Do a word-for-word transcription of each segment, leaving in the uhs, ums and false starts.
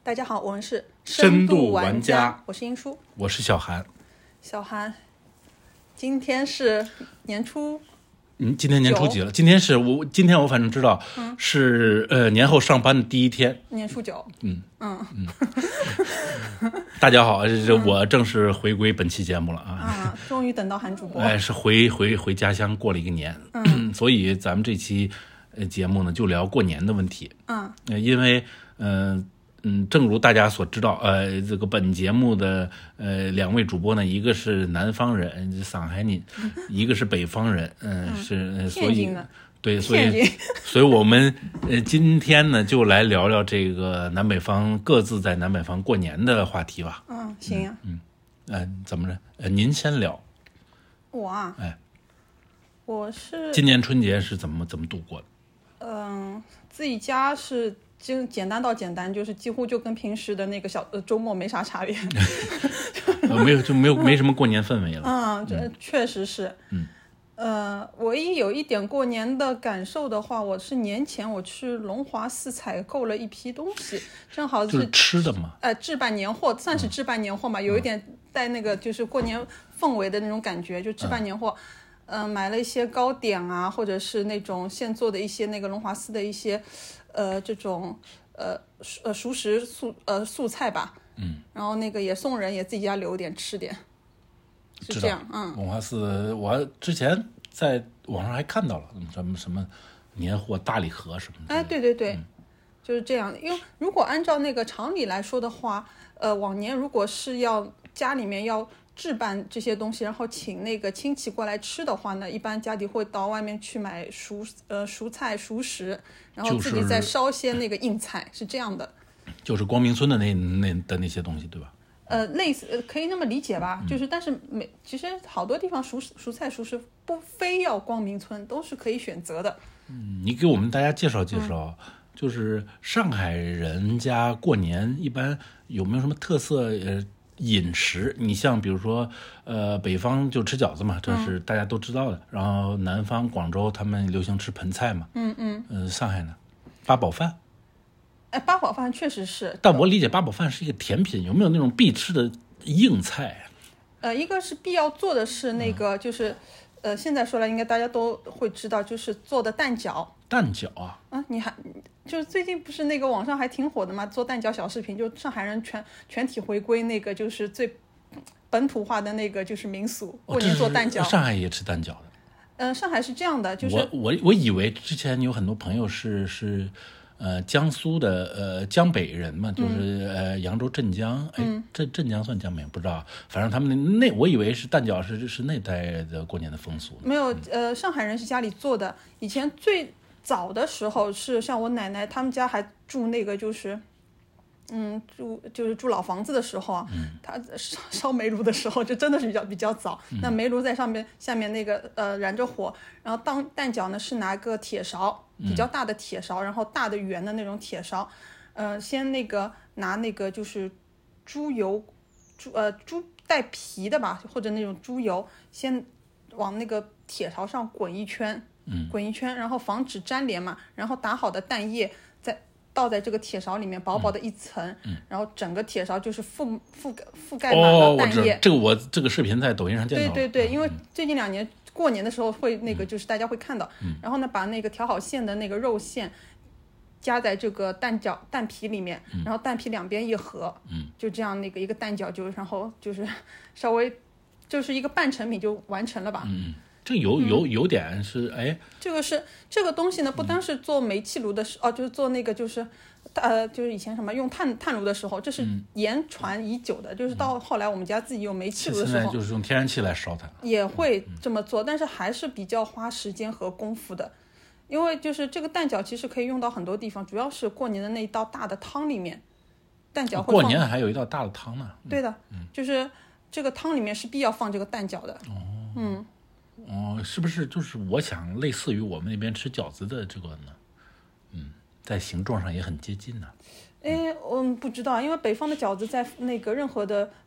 大家好，我们是深度玩玩家， 我是英叔， 我是小韩。 小韩，今天是年初， 嗯，今天年初几了？今天是我，今天我反正知道、 嗯、 是呃年后上班的第一天， 年初九。 嗯嗯嗯。大家好，这我正式回归本期节目了啊！ 啊，终于等到韩主播。 哎，是回回回家乡过了一个年， 嗯、 所以咱们这期呃节目呢就聊过年的问题。 嗯， 呃、因为嗯。呃嗯，正如大家所知道，呃，这个本节目的呃两位主播呢，一个是南方人，上海人，一个是北方人，呃、嗯，是、呃、所以对，所以所以我们呃今天呢就来聊聊这个南北方各自在南北方过年的话题吧。 嗯，行呀、啊。 嗯，嗯、呃，怎么着？呃，您先聊。 我啊， 哎， 我是今年春节是怎么怎么度过的？ 嗯、呃，自己家是。就简单到简单，就是几乎就跟平时的那个小呃周末没啥差别， 没有就没有没什么过年氛围了。 嗯，这确实是。 嗯， 呃，唯一有一点过年的感受的话，我是年前我去龙华寺采购了一批东西，正好 是, 就是吃的嘛， 呃，置办年货，算是置办年货嘛，嗯、有一点带那个就是过年氛围的那种感觉，就置办年货。嗯、呃，买了一些糕点啊，或者是那种现做的一些那个龙华寺的一些。呃，这种呃呃熟食素呃素菜吧， 嗯， 然后那个也送人，也自己家留点吃点，是这样，嗯。 龙华寺，我之前在网上还看到了什么什么年货大礼盒什么的。 哎，对对对， 嗯、 就是这样。因为如果按照那个常理来说的话，呃，往年如果是要家里面要置办这些东西，然后请那个亲戚过来吃的话呢，一般家里会到外面去买熟呃熟菜熟食，然后自己再烧些那个硬菜，就是、是这样的。 就是光明村的那那的那些东西，对吧？ 呃，类似可以那么理解吧， 嗯、 就是但是每其实好多地方熟熟菜熟食不非要光明村，都是可以选择的。 嗯，你给我们大家介绍介绍，嗯、就是上海人家过年一般有没有什么特色呃？饮食，你像比如说，呃，北方就吃饺子嘛，这是大家都知道的。嗯、然后南方广州他们流行吃盆菜嘛， 嗯嗯。 呃，上海呢，八宝饭。 哎，八宝饭确实是。 但我理解八宝饭是一个甜品，有没有那种必吃的硬菜？ 呃，一个是必要做的是那个，就是，嗯、呃，现在说来应该大家都会知道，就是做的蛋饺。 蛋饺啊？ 啊，你还就是最近不是那个网上还挺火的嘛，做蛋饺小视频，就上海人全全体回归那个就是最本土化的那个就是民俗，过年做蛋饺。 哦、上海也吃蛋饺的。 呃，上海是这样的，就是我我我以为之前有很多朋友是是呃江苏的呃江北人嘛，就是、嗯、呃扬州镇江，哎，镇镇江算江北不知道，反正他们那我以为是蛋饺是是那代的过年的风俗。 没有，呃，上海人是家里做的，以前最。早的时候是像我奶奶他们家还住那个就是，嗯，住就是住老房子的时候啊， 嗯、 他烧烧煤炉的时候就真的是比较比较早。嗯、那煤炉在上面下面那个呃燃着火，然后当蛋饺呢是拿个铁勺，比较大的铁勺，嗯、然后大的圆的那种铁勺，呃，先那个拿那个就是猪油，猪呃猪带皮的吧，或者那种猪油，先往那个铁勺上滚一圈。 嗯、 滚一圈，然后防止粘连嘛，然后打好的蛋液再倒在这个铁勺里面，薄薄的一层， 嗯、 然后整个铁勺就是覆覆覆盖满了蛋液。 哦，这个我这个视频在抖音上见到。 对对对，因为最近两年过年的时候会那个就是大家会看到， 嗯、 然后呢把那个调好馅的那个肉馅夹在这个蛋饺蛋皮里面， 嗯、 然后蛋皮两边一合， 嗯、 就这样那个一个蛋饺就然后就是稍微就是一个半成品就完成了吧。 嗯这有有有点是哎， 这个是这个东西呢，不单是做煤气炉的时候，哦，就是做那个就是呃，就是以前什么用碳碳炉的时候，这是言传已久的，嗯、就是到后来我们家自己有煤气炉的时候， 现在就是用天然气来烧它， 也会这么做，但是还是比较花时间和功夫的，因为就是这个蛋饺其实可以用到很多地方，主要是过年的那一道大的汤里面，蛋饺会放。 过年还有一道大的汤呢。 嗯、对的，嗯、就是这个汤里面是必要放这个蛋饺的。 哦， 嗯。 哦，是不是就是我想类似于我们那边吃饺子的这个呢？嗯，在形状上也很接近呢。 哎，我不知道，因为北方的饺子在那个任何的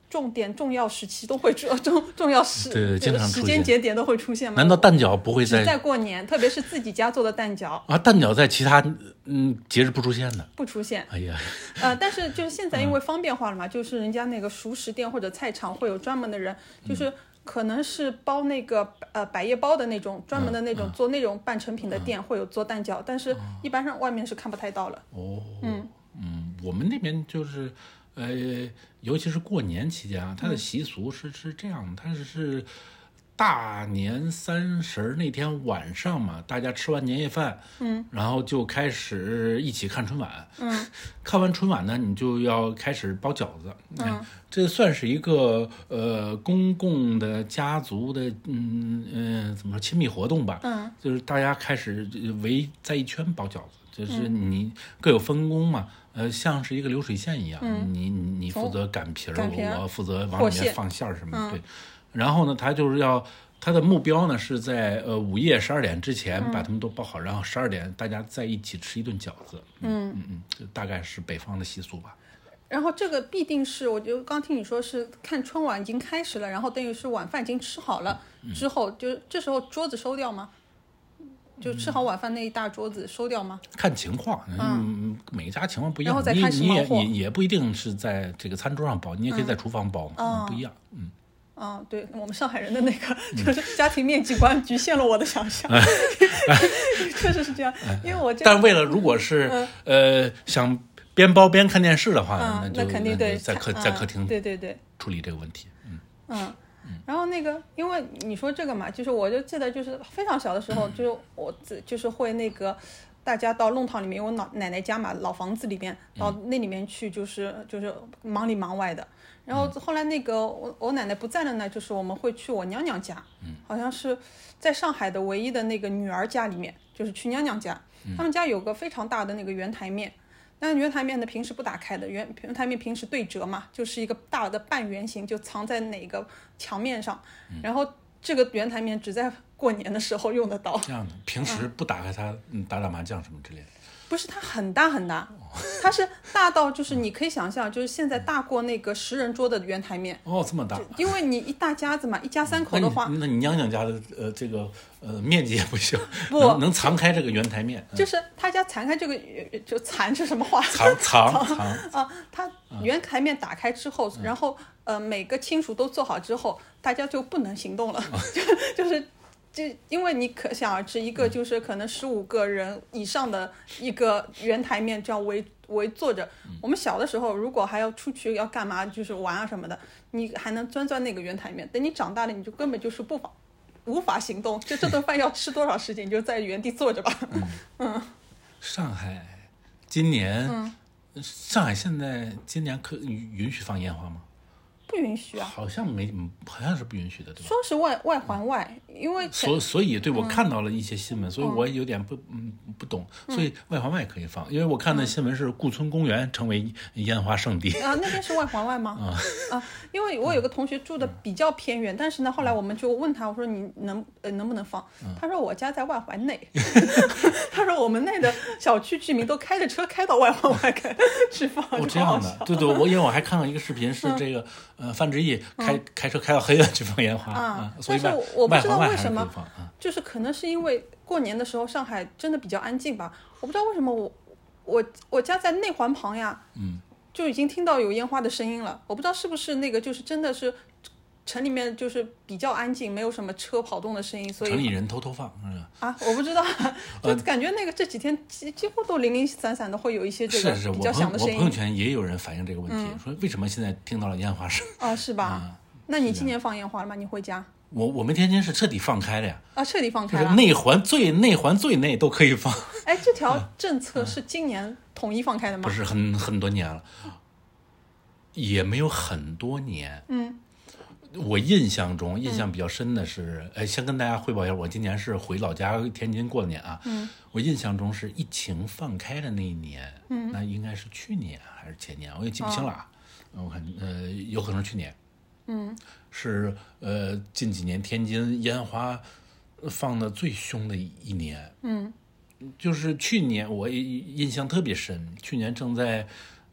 重点重要时期都会出重重要时对经常出现时间节点都会出现吗？ 难道蛋饺不会在只在过年，特别是自己家做的蛋饺啊？蛋饺在其他嗯节日不出现的， 不出现。 哎呀， 呃，但是就是现在因为方便化了嘛，嗯、就是人家那个熟食店或者菜场会有专门的人，就是可能是包那个呃百叶包的那种专门的那种、嗯、做那种半成品的店、嗯、会有做蛋饺，但是一般上外面是看不太到了。 哦， 嗯嗯，我们那边就是。呃，尤其是过年期间啊，它的习俗是、嗯、是这样的，它是大年三十那天晚上嘛，大家吃完年夜饭， 嗯， 然后就开始一起看春晚， 嗯， 看完春晚呢，你就要开始包饺子， 嗯， 这算是一个呃公共的家族的嗯嗯、呃、怎么说亲密活动吧， 嗯， 就是大家开始围在一圈包饺子，就是你各有分工嘛。呃，像是一个流水线一样， 嗯、 你你负责擀皮儿， 哦、 我负责往里面放馅儿什么的， 嗯、 对。然后呢，他就是要他的目标呢是在呃午夜十二点之前把他们都包好，嗯、然后十二点大家在一起吃一顿饺子。 嗯嗯嗯，这大概是北方的习俗吧。 然后这个必定是，我就刚听你说是看春晚已经开始了，然后等于是晚饭已经吃好了之后，嗯、就这时候桌子收掉吗？就吃好晚饭那一大桌子收掉吗？ 看情况，嗯，每家情况不一样。 然后再开始忙活，你也也不一定是在这个餐桌上包，你也可以在厨房包嘛， 嗯、 不一样。嗯， 嗯，对我们上海人的那个就是家庭面积观局限了我的想象，确实是这样。因为我这但为了如果是、嗯、呃想边包边看电视的话， 嗯、 那就那肯定对， 在客在客厅对对对处理这个问题。嗯嗯。然后那个，因为你说这个嘛，就是我就记得，就是非常小的时候，就是我就是会那个，大家到弄堂里面，我老奶奶家嘛，老房子里面，到那里面去，就是就是忙里忙外的。然后后来那个我我奶奶不在了呢，就是我们会去我娘娘家，好像是在上海的唯一的那个女儿家里面，就是去娘娘家，他们家有个非常大的那个圆台面。那圆台面的平时不打开的，圆圆台面平时对折嘛，就是一个大的半圆形，就藏在哪个墙面上，然后这个圆台面只在过年的时候用得到。 这样的，平时不打开它，嗯，打打麻将什么之类的。 不是，它很大很大，它是大到就是你可以想象，就是现在大过那个十人桌的圆台面。 哦，这么大。 因为你一大家子嘛，一家三口的话， 那 你, 那你娘娘家的呃这个呃面积也不小， 不能能藏开这个圆台面。 嗯、就是他家藏开这个，就藏是什么话？ 藏藏藏啊，它圆台面打开之后，嗯、然后呃每个亲属都做好之后，大家就不能行动了，嗯、就就是。就因为你可想而知，一个就是可能十五个人以上的一个圆台面这样围围坐着。我们小的时候，如果还要出去要干嘛，就是玩啊什么的，你还能钻钻那个圆台面。等你长大了，你就根本就是不法无法行动。就这顿饭要吃多少时间，你就在原地坐着吧。 嗯。 嗯上海今年， 嗯、 上海现在今年可允许放烟花吗？ 不允许啊， 好像没，好像是不允许的，对吧？ 说是外外环外，因为所所以对、嗯、我看到了一些新闻，所以我有点不嗯不懂， 嗯、 所以外环外可以放，因为我看的新闻是顾村公园成为烟花圣地啊，那边是外环外吗？啊啊，因为我有个同学住的比较偏远，嗯、但是呢，后来我们就问他，我说你能呃能不能放？嗯、他说我家在外环内，他说我们内的小区居民都开着车开到外环外去放， 哦这样的，对对，我因为我还看到一个视频是这个。嗯呃，范志毅开、嗯、开车开到黑暗去放烟花啊， 所以但是我不知道为什么， 啊、 就是可能是因为过年的时候上海真的比较安静吧，我不知道为什么我我我家在内环旁呀， 嗯， 就已经听到有烟花的声音了，我不知道是不是那个就是真的是城里面就是比较安静，没有什么车跑动的声音，所以城里人偷偷放是吧？ 啊，我不知道，就感觉那个这几天几几乎都零零散散的会有一些这个比较响的声音。 是是，我朋友圈也有人反映这个问题，嗯、说为什么现在听到了烟花声？ 哦，是吧？嗯、那你今年放烟花了吗？你回家？ 我我们天津是彻底放开了呀！ 啊，彻底放开了， 就是内环最内环最内都可以放。 哎，这条政策是今年统一放开的吗？ 不是很很多年了，也没有很多年。 嗯。 我印象中，印象比较深的是，哎、嗯，先跟大家汇报一下，我今年是回老家天津过年啊。 嗯， 我印象中是疫情放开的那一年， 嗯， 那应该是去年还是前年，我也记不清了啊。哦、我看，呃，有可能是去年。 嗯， 是呃，近几年天津烟花放的最凶的一年。 嗯， 就是去年我印象特别深，去年正在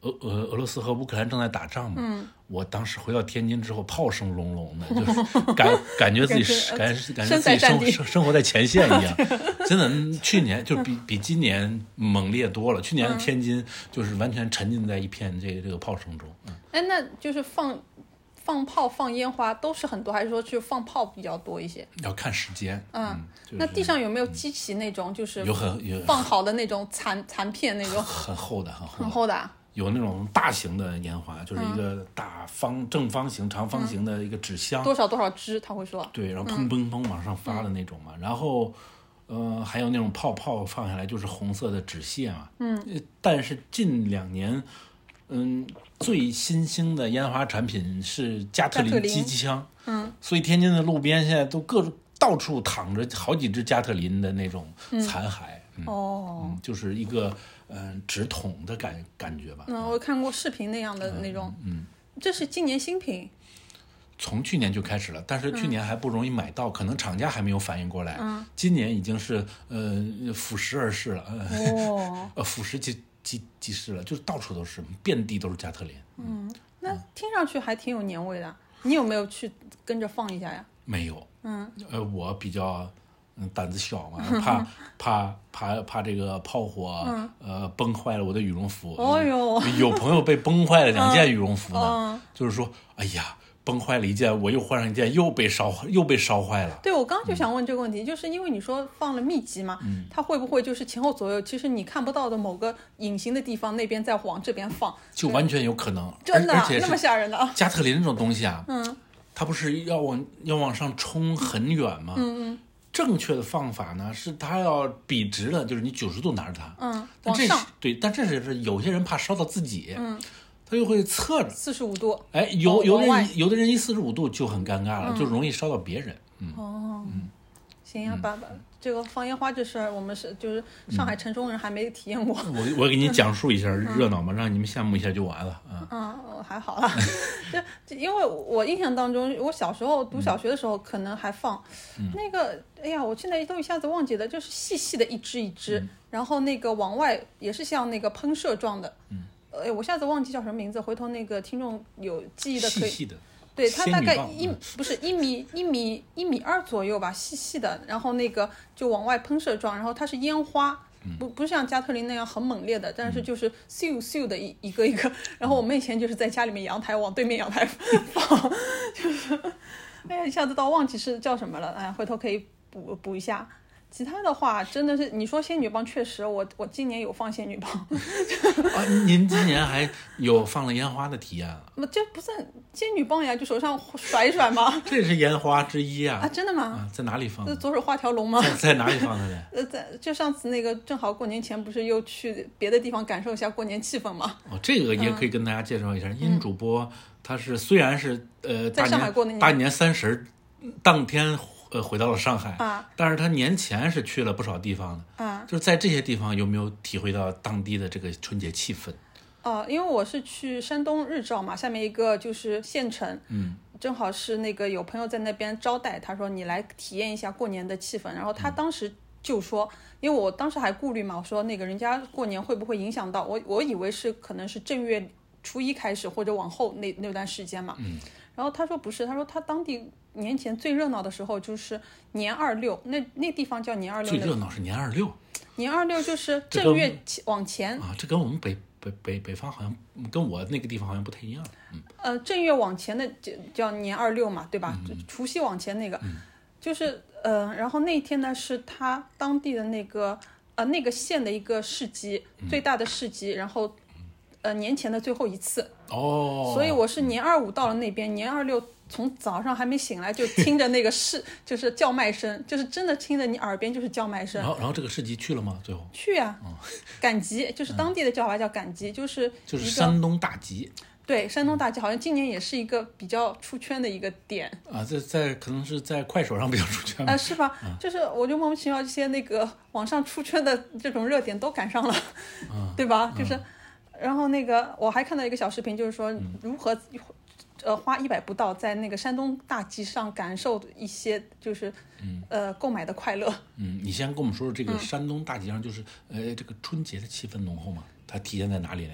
俄俄俄罗斯和乌克兰正在打仗嘛，嗯，我当时回到天津之后，炮声隆隆的，就是感感觉自己是感觉感觉自己生生生活在前线一样，真的，去年就比比今年猛烈多了。去年的天津就是完全沉浸在一片这个这个炮声中。嗯， 哎，那就是放放炮放烟花都是很多，还是说去放炮比较多一些？ 要看时间。 嗯，嗯就是、那地上有没有积起那种就是有很有放好的那种残残片那种？ 很厚的，很厚的。 很厚的、啊。 有那种大型的烟花，就是一个大方、嗯、正方形、长方形的一个纸箱， 多少多少支，他会说。 对，然后砰砰砰往上发的那种嘛，嗯、然后，呃，还有那种泡泡放下来就是红色的纸屑嘛。嗯。但是近两年，嗯，最新兴的烟花产品是加特林机机枪。嗯。所以天津的路边现在都各种到处躺着好几只加特林的那种残骸。嗯、 哦、 嗯。就是一个。嗯，直筒的感感觉吧。 嗯，我看过视频那样的那种。嗯，嗯这是今年新品。 从去年就开始了，但是去年还不容易买到，嗯、可能厂家还没有反应过来。嗯，今年已经是呃俯拾而是了。哦。呃，俯拾即即即是了，就是到处都是，遍地都是加特林。 嗯，那听上去还挺有年味的。你有没有去跟着放一下呀？ 没有。嗯。呃，我比较。嗯，胆子小嘛，怕怕怕怕这个炮火，嗯、呃，崩坏了我的羽绒服。 哦呦， 有朋友被崩坏了两件羽绒服呢， 嗯、 就是说，哎呀，崩坏了一件，我又换上一件，又被烧又被烧坏了。 对，我刚刚就想问这个问题，嗯、就是因为你说放了密集嘛，嗯、它会不会就是前后左右，其实你看不到的某个隐形的地方，那边再往这边放， 就完全有可能， 真的、 而且那么吓人的啊！ 加特林这种东西啊，嗯，它不是要往要往上冲很远吗？ 嗯嗯。 正确的放法呢，是它要笔直的，就是你九十度拿着它， 嗯， 但这是对，但这是有些人怕烧到自己，嗯，他就会侧着四十五度， 哎，有有的人有的人一四十五度就很尴尬了，嗯、就容易烧到别人，嗯， 哦， 嗯， 行呀，爸爸，这个放烟花这事儿，我们是就是上海城中人还没体验过， 嗯、我我给你讲述一下，嗯、热闹嘛，让你们羡慕一下就完了， 嗯，嗯，还好啦，就因为我印象当中，我小时候读小学的时候可能还放，嗯、那个。哎呀，我现在都一下子忘记了，就是细细的一支一支，嗯、然后那个往外也是像那个喷射状的，嗯，呃，我一下子忘记叫什么名字，回头那个听众有记忆的可以， 细细的， 对，它大概一不是一米一米一米二左右吧，细细的，然后那个就往外喷射状，然后它是烟花，嗯、不不是像加特林那样很猛烈的，但是就是咻咻的一一个一个，然后我们以前就是在家里面阳台往对面阳台放，就是，哎呀，一下子倒忘记是叫什么了，哎，回头可以。补补一下，其他的话真的是你说仙女棒，确实我我今年有放仙女棒。 啊，您今年还有放了烟花的体验了？ 那这不算仙女棒呀，就手上甩一甩吗？ 这是烟花之一啊！ 啊，真的吗？ 啊，在哪里放的？ 左手画条龙吗？ 在, 在哪里放的呢？ 呃，在就上次那个正好过年前，不是又去别的地方感受一下过年气氛吗？ 哦，这个也可以跟大家介绍一下，殷、嗯、主播他是虽然是呃在上海过年大年三十当天。呃，回到了上海， 啊， 但是他年前是去了不少地方的， 啊， 就是在这些地方有没有体会到当地的这个春节气氛？ 哦、呃，因为我是去山东日照嘛，下面一个就是县城， 嗯， 正好是那个有朋友在那边招待，他说你来体验一下过年的气氛，然后他当时就说，嗯、因为我当时还顾虑嘛，我说那个人家过年会不会影响到我，我以为是可能是正月初一开始或者往后那那段时间嘛， 嗯， 然后他说不是，他说他当地。年前最热闹的时候就是年二六，那那地方叫年二六。 最热闹是年二六。 年二六就是正月往前啊，这跟我们北北北北方好像跟我那个地方好像不太一样。嗯， 呃，正月往前的叫年二六嘛，对吧？嗯、除夕往前那个， 嗯、 就是呃，然后那一天呢是他当地的那个呃那个县的一个市集， 嗯、 最大的市集，然后呃年前的最后一次。 哦。 所以我是年二五到了那边，年二六。从早上还没醒来就听着那个市就是叫卖声，就是真的听着你耳边就是叫卖声。 然后，然后这个市集去了吗？最后去啊， 哦、 赶集就是当地的叫法叫赶集，就是就是山东大集。 对，山东大集好像今年也是一个比较出圈的一个点啊，在在可能是在快手上比较出圈啊、呃，是吧？嗯、就是我就莫名其妙这些那个网上出圈的这种热点都赶上了， 嗯、 对吧？就是， 嗯、 然后那个我还看到一个小视频，就是说如何。呃，花一百不到，在那个山东大集上感受一些就是， 嗯， 呃，购买的快乐。 嗯，你先跟我们说说这个山东大集上，就是、嗯、呃，这个春节的气氛浓厚吗？它体现在哪里呢？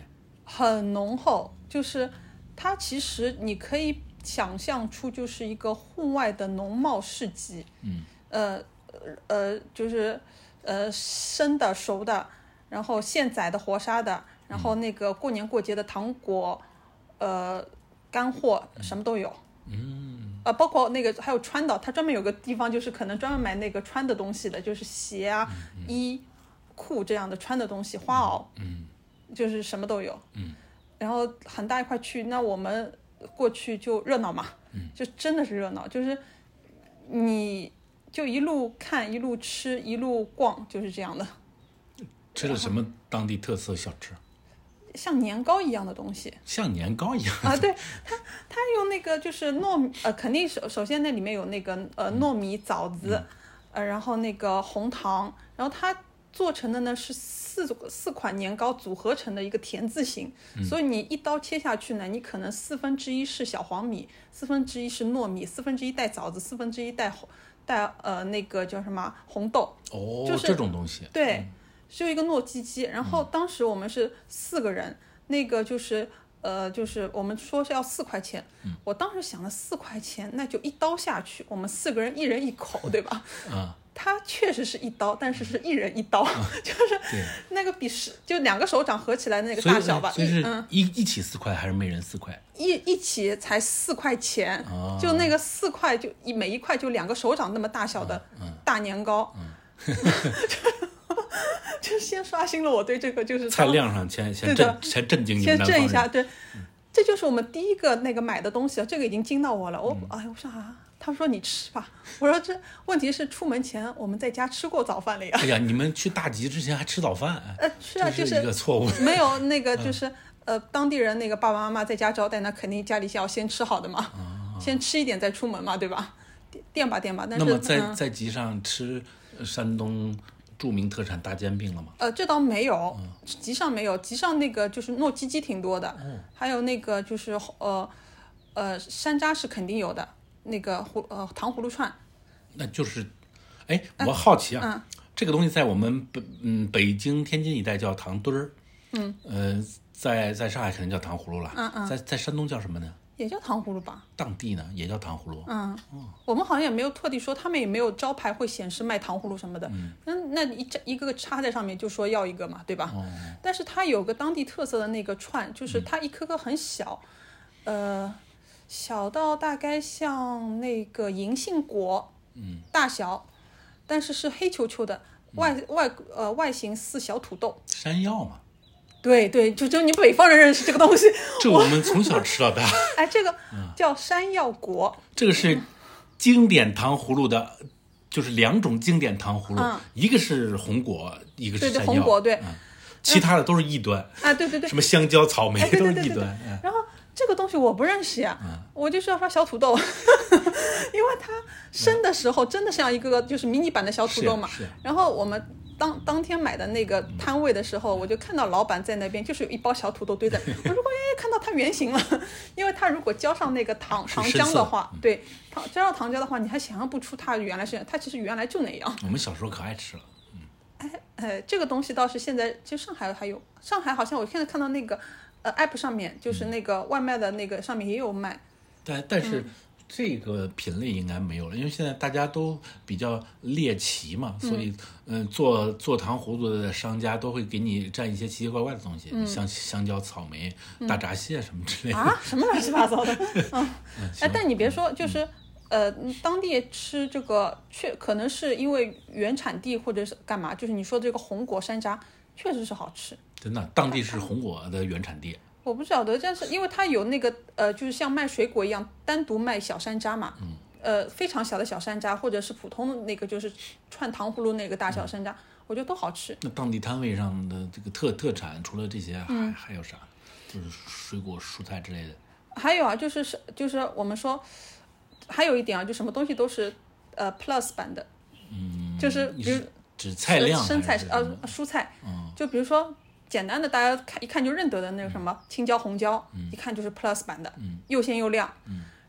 很浓厚，就是它其实你可以想象出就是一个户外的农贸市集， 嗯， 呃呃，就是呃生的、熟的，然后现宰的、活杀的，然后那个过年过节的糖果，呃，干货什么都有。 嗯， 呃，包括那个还有穿的，它专门有个地方就是可能专门买那个穿的东西的，就是鞋啊、 嗯、 衣、裤这样的穿的东西，花袄， 嗯， 就是什么都有。 嗯， 然后很大一块区域，那我们过去就热闹嘛， 嗯， 就真的是热闹，就是你就一路看一路吃一路逛，就是这样的。 吃了什么当地特色小吃？ 像年糕一样的东西， 像年糕一样啊，对，它它用那个就是糯米，呃，肯定首首先那里面有那个呃糯米枣子， 嗯、 呃，然后那个红糖，然后它做成的呢是四四款年糕组合成的一个田字形， 嗯、 所以你一刀切下去呢，你可能四分之一是小黄米，四分之一是糯米，四分之一带枣子，四分之一带带呃那个叫什么红豆， 哦， 就是这种东西， 对。 嗯， 就一个糯叽叽，然后当时我们是四个人，嗯、那个就是呃，就是我们说是要四块钱， 嗯、 我当时想了四块钱，那就一刀下去，我们四个人一人一口，对吧？ 啊， 它确实是一刀，但是是一人一刀， 啊、 就是那个比十就两个手掌合起来的那个大小吧， 所以是嗯， 一一起四块还是每人四块？ 一一起才四块钱， 哦、 就那个四块就一每一块就两个手掌那么大小的大年糕， 嗯。 嗯就先刷新了我对这个就是菜量上先先震先震惊你们先震一下，对， 嗯、 这就是我们第一个那个买的东西，这个已经惊到我了。我、嗯、哎，我说啊，他们说你吃吧，我说这问题是出门前我们在家吃过早饭了呀。 哎呀，你们去大集之前还吃早饭？ 呃，是啊，就是一个错误， 没有那个就是、嗯、呃当地人那个爸爸妈妈在家招待，那肯定家里要先吃好的嘛， 哦、 先吃一点再出门嘛，对吧？垫吧垫吧，但是那么在、 嗯、 在集上吃山东著名特产大煎饼了吗？ 呃，这倒没有， 嗯、 集上没有，集上那个就是糯叽叽挺多的， 哦、 还有那个就是呃呃山楂是肯定有的，那个葫呃糖葫芦串， 那就是，哎，我好奇啊， 嗯、 这个东西在我们北嗯北京天津一带叫糖墩儿， 嗯， 呃，在在上海肯定叫糖葫芦了， 嗯嗯， 在在山东叫什么呢？ 也叫糖葫芦吧， 当地呢也叫糖葫芦。 嗯，哦、我们好像也没有特地说，他们也没有招牌会显示卖糖葫芦什么的。 嗯， 那一一个个插在上面就说要一个嘛，对吧？ 哦。 但是它有个当地特色的那个串，就是它一颗颗很小，嗯、呃，小到大概像那个银杏果， 嗯， 大小，但是是黑球球的，外、嗯、外呃外形似小土豆。 山药嘛。 对对，就就你北方人认识这个东西， 这我们从小吃到大。 哎，这个叫山药果， 嗯、这个是经典糖葫芦的，就是两种经典糖葫芦， 嗯、 一个是红果，一个是山药。 对对，红果对、 嗯，其他的都是异端。 啊，对对对， 什么香蕉、草莓、 哎、对对对都是异端。 嗯、然后这个东西我不认识呀， 嗯、 我就知道说小土豆，因为它生的时候真的像一个就是迷你版的小土豆嘛。 是是然后我们。当当天买的那个摊位的时候，我就看到老板在那边，就是有一包小土豆堆在。我如果哎看到它原型了，因为它如果浇上那个糖糖浆的话，对，糖浇上糖浆的话，你还想象不出它原来是，它其实原来就那样。 我们小时候可爱吃了，嗯。 哎哎，这个东西倒是现在就上海还有，上海好像我现在看到那个呃 app 上面，就是那个外卖的那个上面也有卖。 但但是。嗯，这个品类应该没有了，因为现在大家都比较猎奇嘛，所以嗯、呃，做做糖葫芦的商家都会给你蘸一些奇奇怪怪的东西，嗯、像香蕉、草莓、嗯、大闸蟹什么之类的。 啊，什么乱七八糟的？嗯，哎，但你别说，就是呃，当地吃这个，确可能是因为原产地或者是干嘛，就是你说这个红果山楂确实是好吃。 真的，当地是红果的原产地。 我不晓得，但是因为它有那个呃，就是像卖水果一样，单独卖小山楂嘛， 嗯， 呃，非常小的小山楂，或者是普通的那个就是串糖葫芦那个大小山楂，嗯、我觉得都好吃。 那当地摊位上的这个特特产，除了这些，还、 嗯、 还有啥？就是水果、蔬菜之类的。 还有啊，就是是就是我们说，还有一点啊，就什么东西都是呃 plus 版的， 嗯， 就是比如指菜量生菜呃蔬菜， 嗯， 就比如说。简单的，大家看一看就认得的那个什么青椒、红椒， 嗯、 一看就是 plus 版的， 嗯、 又鲜又亮。 嗯、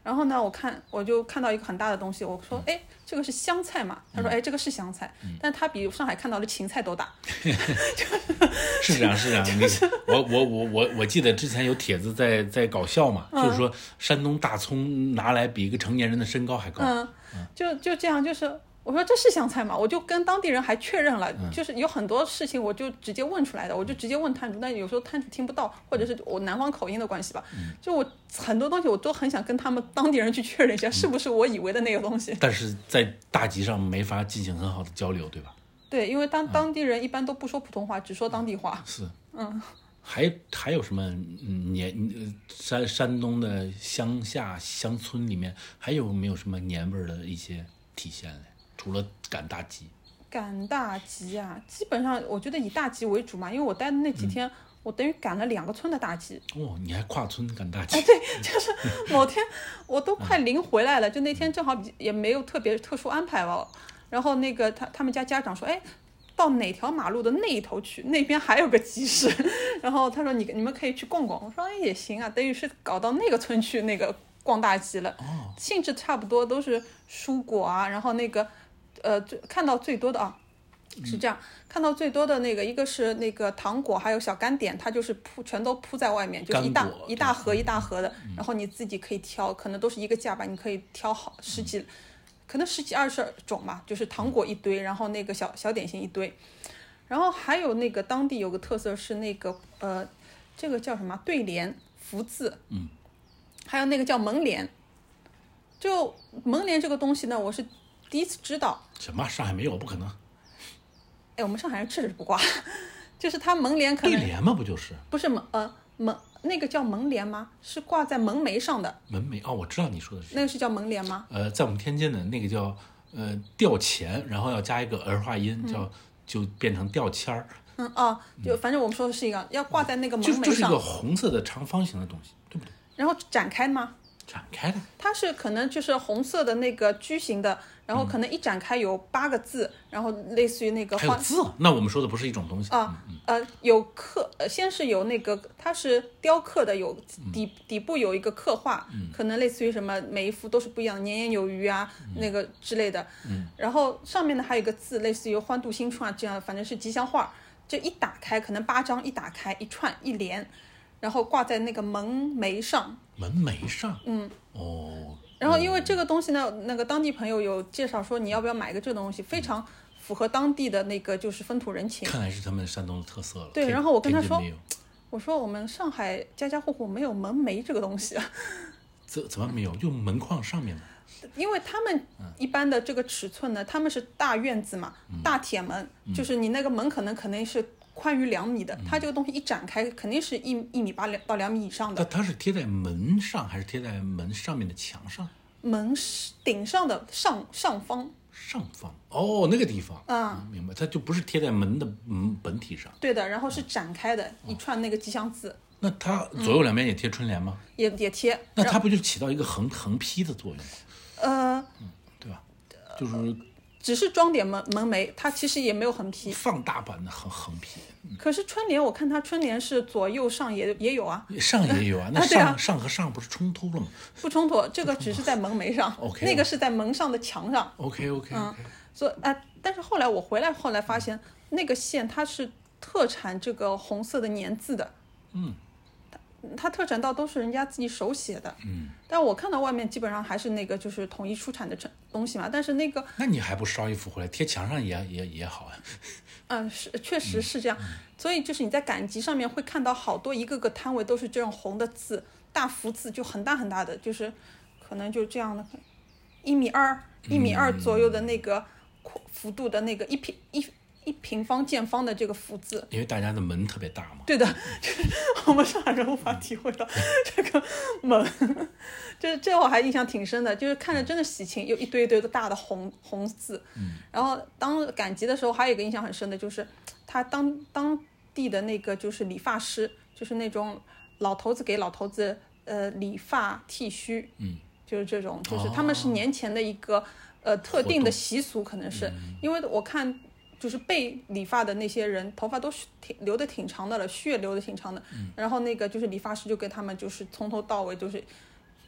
然后呢，我看我就看到一个很大的东西，我说，哎，这个是香菜嘛？他说，哎，这个是香菜， 嗯、 但它比上海看到的芹菜都大。 是这样，是这样。就是、我我我我我记得之前有帖子在在搞笑嘛，嗯、就是说山东大葱拿来比一个成年人的身高还高。 嗯，就就这样，就是我说这是香菜吗？我就跟当地人还确认了， 嗯、 就是有很多事情我就直接问出来的，我就直接问摊主，但有时候摊主听不到，或者是我南方口音的关系吧， 嗯、 就我很多东西我都很想跟他们当地人去确认一下，是不是我以为的那个东西。 但是在大集上没法进行很好的交流，对吧？ 对，因为当当地人一般都不说普通话，只说当地话。 是， 嗯。 还还有什么年山山东的乡下乡村里面还有没有什么年味儿的一些体现嘞？除了赶大集， 赶大集啊，基本上我觉得以大集为主嘛，因为我待的那几天，嗯、我等于赶了两个村的大集。 哦，你还跨村赶大集？ 哎，对，就是某天我都快临回来了，嗯、就那天正好也没有特别特殊安排了，然后那个他他们家家长说，哎。到哪条马路的那一头去，那边还有个集市，然后他说你你们可以去逛逛，我说哎也行啊，等于是搞到那个村去那个逛大集了， 哦、 性质差不多，都是蔬果啊，然后那个呃看到最多的啊是这样，嗯、看到最多的那个一个是那个糖果，还有小干点，它就是铺全都铺在外面，就是一大一大盒一大盒的，嗯、然后你自己可以挑，可能都是一个价吧，你可以挑好十几。嗯可能十几二十种吧，就是糖果一堆，然后那个小小点心一堆，然后还有那个当地有个特色是那个呃，这个叫什么对联福字， 嗯， 还有那个叫门帘，就门帘这个东西呢，我是第一次知道。 什么？上海没有？不可能。 哎，我们上海人吃是不挂，就是它门帘可能对联嘛，不就是？ 不是门呃门。那个叫门帘吗？是挂在门楣上的。 门楣哦，我知道你说的是。 那个是叫门帘吗？ 呃，在我们天津的那个叫呃吊钱，然后要加一个儿化音，嗯、叫就变成吊签儿。 嗯哦，就反正我们说的是一个，嗯、要挂在那个门楣上。 就就是一个红色的长方形的东西，对不对？ 然后展开吗？ 展开的。它是可能就是红色的那个矩形的，然后可能一展开有八个字，嗯、然后类似于那个。 还有字？那我们说的不是一种东西啊？嗯、呃，有刻，呃，先是有那个，它是雕刻的，有底、嗯、底部有一个刻画， 嗯、 可能类似于什么，每一幅都是不一样的，年年有余啊， 嗯、 那个之类的。 嗯。 然后上面呢还有一个字，类似于欢度新春啊这样，反正是吉祥话。这一打开，可能八张一打开一串一连，然后挂在那个门楣上。 门楣上。 嗯。 哦。 然后因为这个东西呢，那个当地朋友有介绍说，你要不要买个这个东西，非常符合当地的那个就是风土人情。 看来是他们山东的特色了。 对，然后我跟他说，我说我们上海家家户户没有门楣这个东西。 怎怎么没有？就门框上面吗？ 因为他们一般的这个尺寸呢，他们是大院子嘛， 嗯、 大铁门， 嗯、 就是你那个门可能肯定是宽于两米的， 嗯、 它这个东西一展开，肯定是一一米八两到两米以上的。 它是贴在门上，还是贴在门上面的墙上？ 门顶上的上上方。 上方哦，那个地方， 嗯， 嗯明白，它就不是贴在门的嗯本体上。 对的，然后是展开的、嗯、一串那个吉祥字。 那它左右两边也贴春联吗？ 嗯、也也贴。 那它不就起到一个横横批的作用吗？ 呃， 嗯，对吧？就是只是装点门门楣，它其实也没有横批， 放大版的横横批。 嗯、可是春联，我看它春联是左右上也也有啊， 上也有啊，那上、 啊啊、 上和上不是冲突了吗？ 不冲突，这个只是在门楣上 ，OK， 那个是在门上的墙上。 OK OK， 嗯，所以啊、呃，但是后来我回来，后来发现那个县它是特产这个红色的年字的， 嗯。 它特产到都是人家自己手写的， 嗯， 但我看到外面基本上还是那个就是统一出产的东西嘛，但是那个， 那你还不烧一幅回来贴墙上也也也好啊？ 嗯，是确实是这样， 嗯嗯、 所以就是你在赶集上面会看到好多一个个摊位都是这种红的字，大幅字就很大很大的，就是可能就这样的，一米二一米二左右的那个幅度的那个一平一。一平方见方的这个福字， 因为大家的门特别大嘛。 对的，就是我们上海人无法体会到这个门，就是这我还印象挺深的，就是看着真的喜庆，有一堆一堆的大的红红字。 嗯。 然后当赶集的时候，还有一个印象很深的就是，他当当地的那个就是理发师，就是那种老头子给老头子呃理发剃须， 嗯， 就是这种，就是他们是年前的一个、哦、呃特定的习俗，可能是、 嗯、 因为我看。就是被理发的那些人头发都是挺留的挺长的了，须也留的挺长的、 嗯、 然后那个就是理发师就跟他们就是从头到尾就是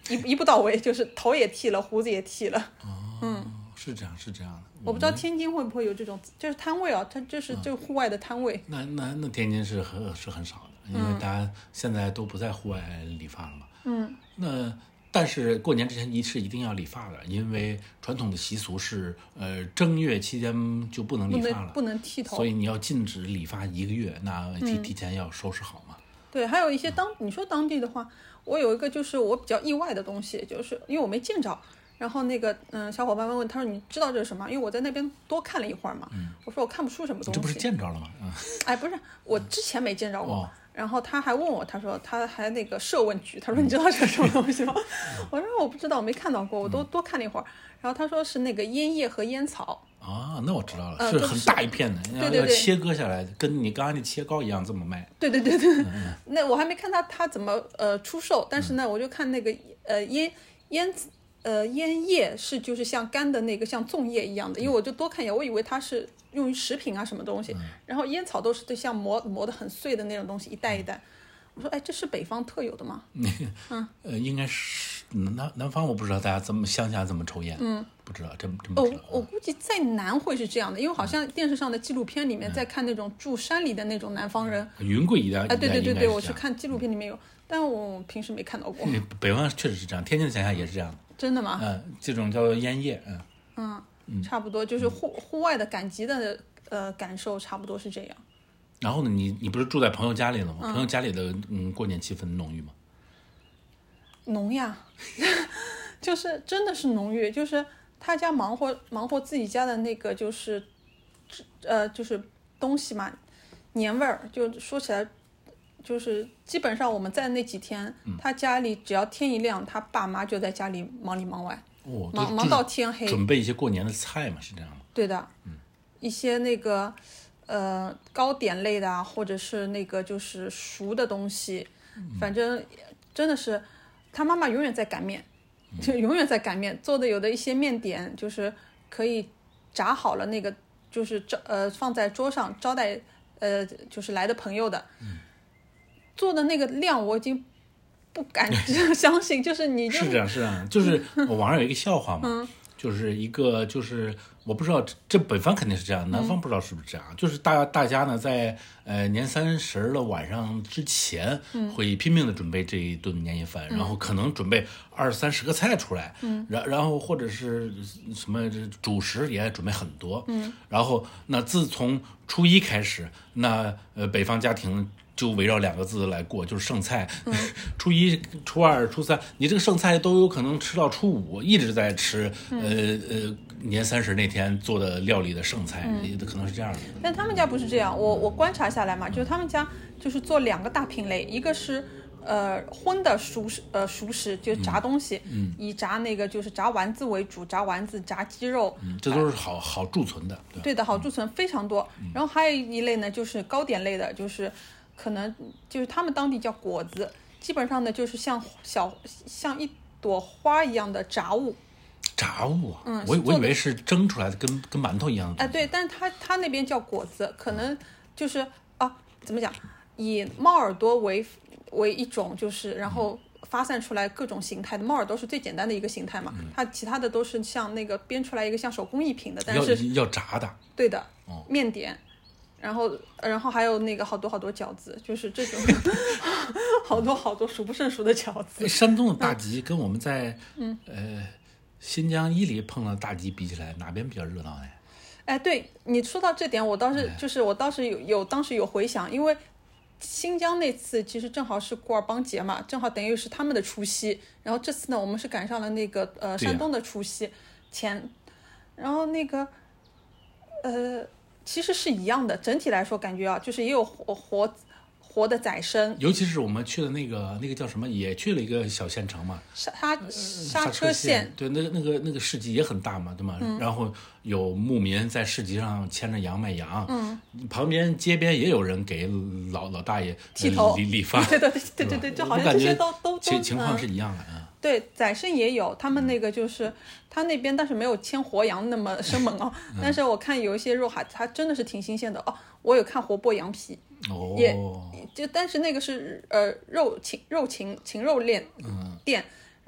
一一步到位，就是头也剃了，胡子也剃了。 哦， 嗯， 是这样，是这样的。 我不知道天津会不会有这种，就是摊位啊，它就是就户外的摊位。 那那那天津是很是很少的，因为大家现在都不在户外理发了嘛。 嗯， 那但是过年之前一是一定要理发的，因为传统的习俗是，呃，正月期间就不能理发了， 不能剃头， 所以你要禁止理发一个月，那提、 嗯、 提前要收拾好嘛。 对，还有一些当、嗯、你说当地的话，我有一个就是我比较意外的东西，就是因为我没见着。然后那个嗯，小伙伴们问他说：“你知道这是什么？”因为我在那边多看了一会儿嘛。嗯、我说我看不出什么东西。 这不是见着了吗？嗯。 哎，不是，我之前没见着过。 哦、 然后他还问我，他说他还那个设问句，他说你知道这是什么东西吗？嗯、我说我不知道，我没看到过，我都、嗯、多看了一会儿。然后他说是那个烟叶和烟草。 啊，那我知道了， 呃、 是很大一片的， 对对对， 要切割下来，跟你刚刚那切糕一样这么卖。 对对对对，嗯、那我还没看他他怎么呃出售，但是呢，嗯、我就看那个呃烟烟。呃，烟叶是就是像干的那个像粽叶一样的，因为我就多看一眼，我以为它是用于食品啊什么东西，嗯、然后烟草都是像磨磨得很碎的那种东西，一袋一袋。我说，哎，这是北方特有的吗？ 嗯，呃，应该是南南方，我不知道大家怎么乡下怎么抽烟， 嗯， 不知道，真真不知道。 我我估计在南会是这样的，因为好像电视上的纪录片里面在看那种住山里的那种南方人， 嗯、云贵一点， 哎，对对对对，我去看纪录片里面有，但我平时没看到过。 北方确实是这样，天津的乡下也是这样的。 真的吗？ 嗯，这种叫做烟叶， 嗯嗯，差不多就是户户外的赶集的呃感受，差不多是这样。 然后呢，你你不是住在朋友家里了吗？嗯、朋友家里的嗯过年气氛浓郁吗？ 浓呀，就是真的是浓郁，就是他家忙活忙活自己家的那个就是呃就是东西嘛，年味儿，就说起来。就是基本上我们在那几天，嗯、他家里只要天一亮，他爸妈就在家里忙里忙外， 哦、 忙忙到天黑， 准备一些过年的菜嘛，是这样吗？ 对的，嗯、一些那个呃糕点类的啊，或者是那个就是熟的东西，嗯、反正真的是他妈妈永远在擀面，嗯、就永远在擀面，做的有的一些面点就是可以炸好了，那个就是招呃放在桌上招待呃就是来的朋友的。嗯做的那个量我已经不敢相信，就是你就是这样是这样，就是我网上有一个笑话嘛，嗯、就是一个就是我不知道这北方肯定是这样，南方不知道是不是这样，嗯、就是大大家呢在呃年三十的晚上之前，嗯、会拼命的准备这一顿年夜饭，嗯、然后可能准备二三十个菜出来，嗯、然然后或者是什么主食也准备很多，嗯、然后那自从初一开始，那呃北方家庭。就围绕两个字来过，就是剩菜。嗯、初一、初二、初三，你这个剩菜都有可能吃到初五，一直在吃。嗯、呃呃，年三十那天做的料理的剩菜，嗯、可能是这样的。 但他们家不是这样，我我观察下来嘛，就是他们家就是做两个大品类，一个是呃荤的熟食，呃熟食就是炸东西，嗯、以炸那个就是炸丸子为主，炸丸子、炸鸡肉， 嗯、这都是好、呃、好贮存的。对, 对的，好贮存非常多。嗯、然后还有一类呢，就是糕点类的，就是。可能就是他们当地叫果子，基本上呢就是像小像一朵花一样的杂物。 杂物啊，嗯，我我以为是蒸出来的，跟跟馒头一样的。 哎、呃，对，但是他他那边叫果子，可能就是啊，怎么讲，以猫耳朵为为一种，就是然后发散出来各种形态的。猫耳朵是最简单的一个形态嘛，嗯、它其他的都是像那个编出来一个像手工艺品的，但是要要炸的。 对的， 哦、 面点。然后，然后还有那个好多好多饺子，就是这种好多好多数不胜数的饺子。 山东的大集跟我们在嗯呃新疆伊犁碰到大集比起来，哪边比较热闹呢？ 哎，对你说到这点，我倒是就是我当时有有当时有回想，因为新疆那次其实正好是古尔邦节嘛，正好等于是他们的除夕，然后这次呢，我们是赶上了那个呃山东的除夕前，然后那个呃。其实是一样的，整体来说感觉啊，就是也有活活活的宰牲， 尤其是我们去的那个那个叫什么，也去了一个小县城嘛， 刹刹车县， 对，那个那个那个市集也很大嘛，对吗？嗯、然后有牧民在市集上牵着羊卖羊，嗯，旁边街边也有人给老老大爷剃头、 理理发， 对对对对对对，就好像这些都都情情况是一样的啊。 嗯对，宰牲也有，他们那个就是他那边，但是没有牵活羊那么生猛哦。嗯、但是我看有一些肉还它真的是挺新鲜的哦。我有看活剥羊皮， 哦， 也就但是那个是呃肉禽肉禽禽肉店店， 嗯、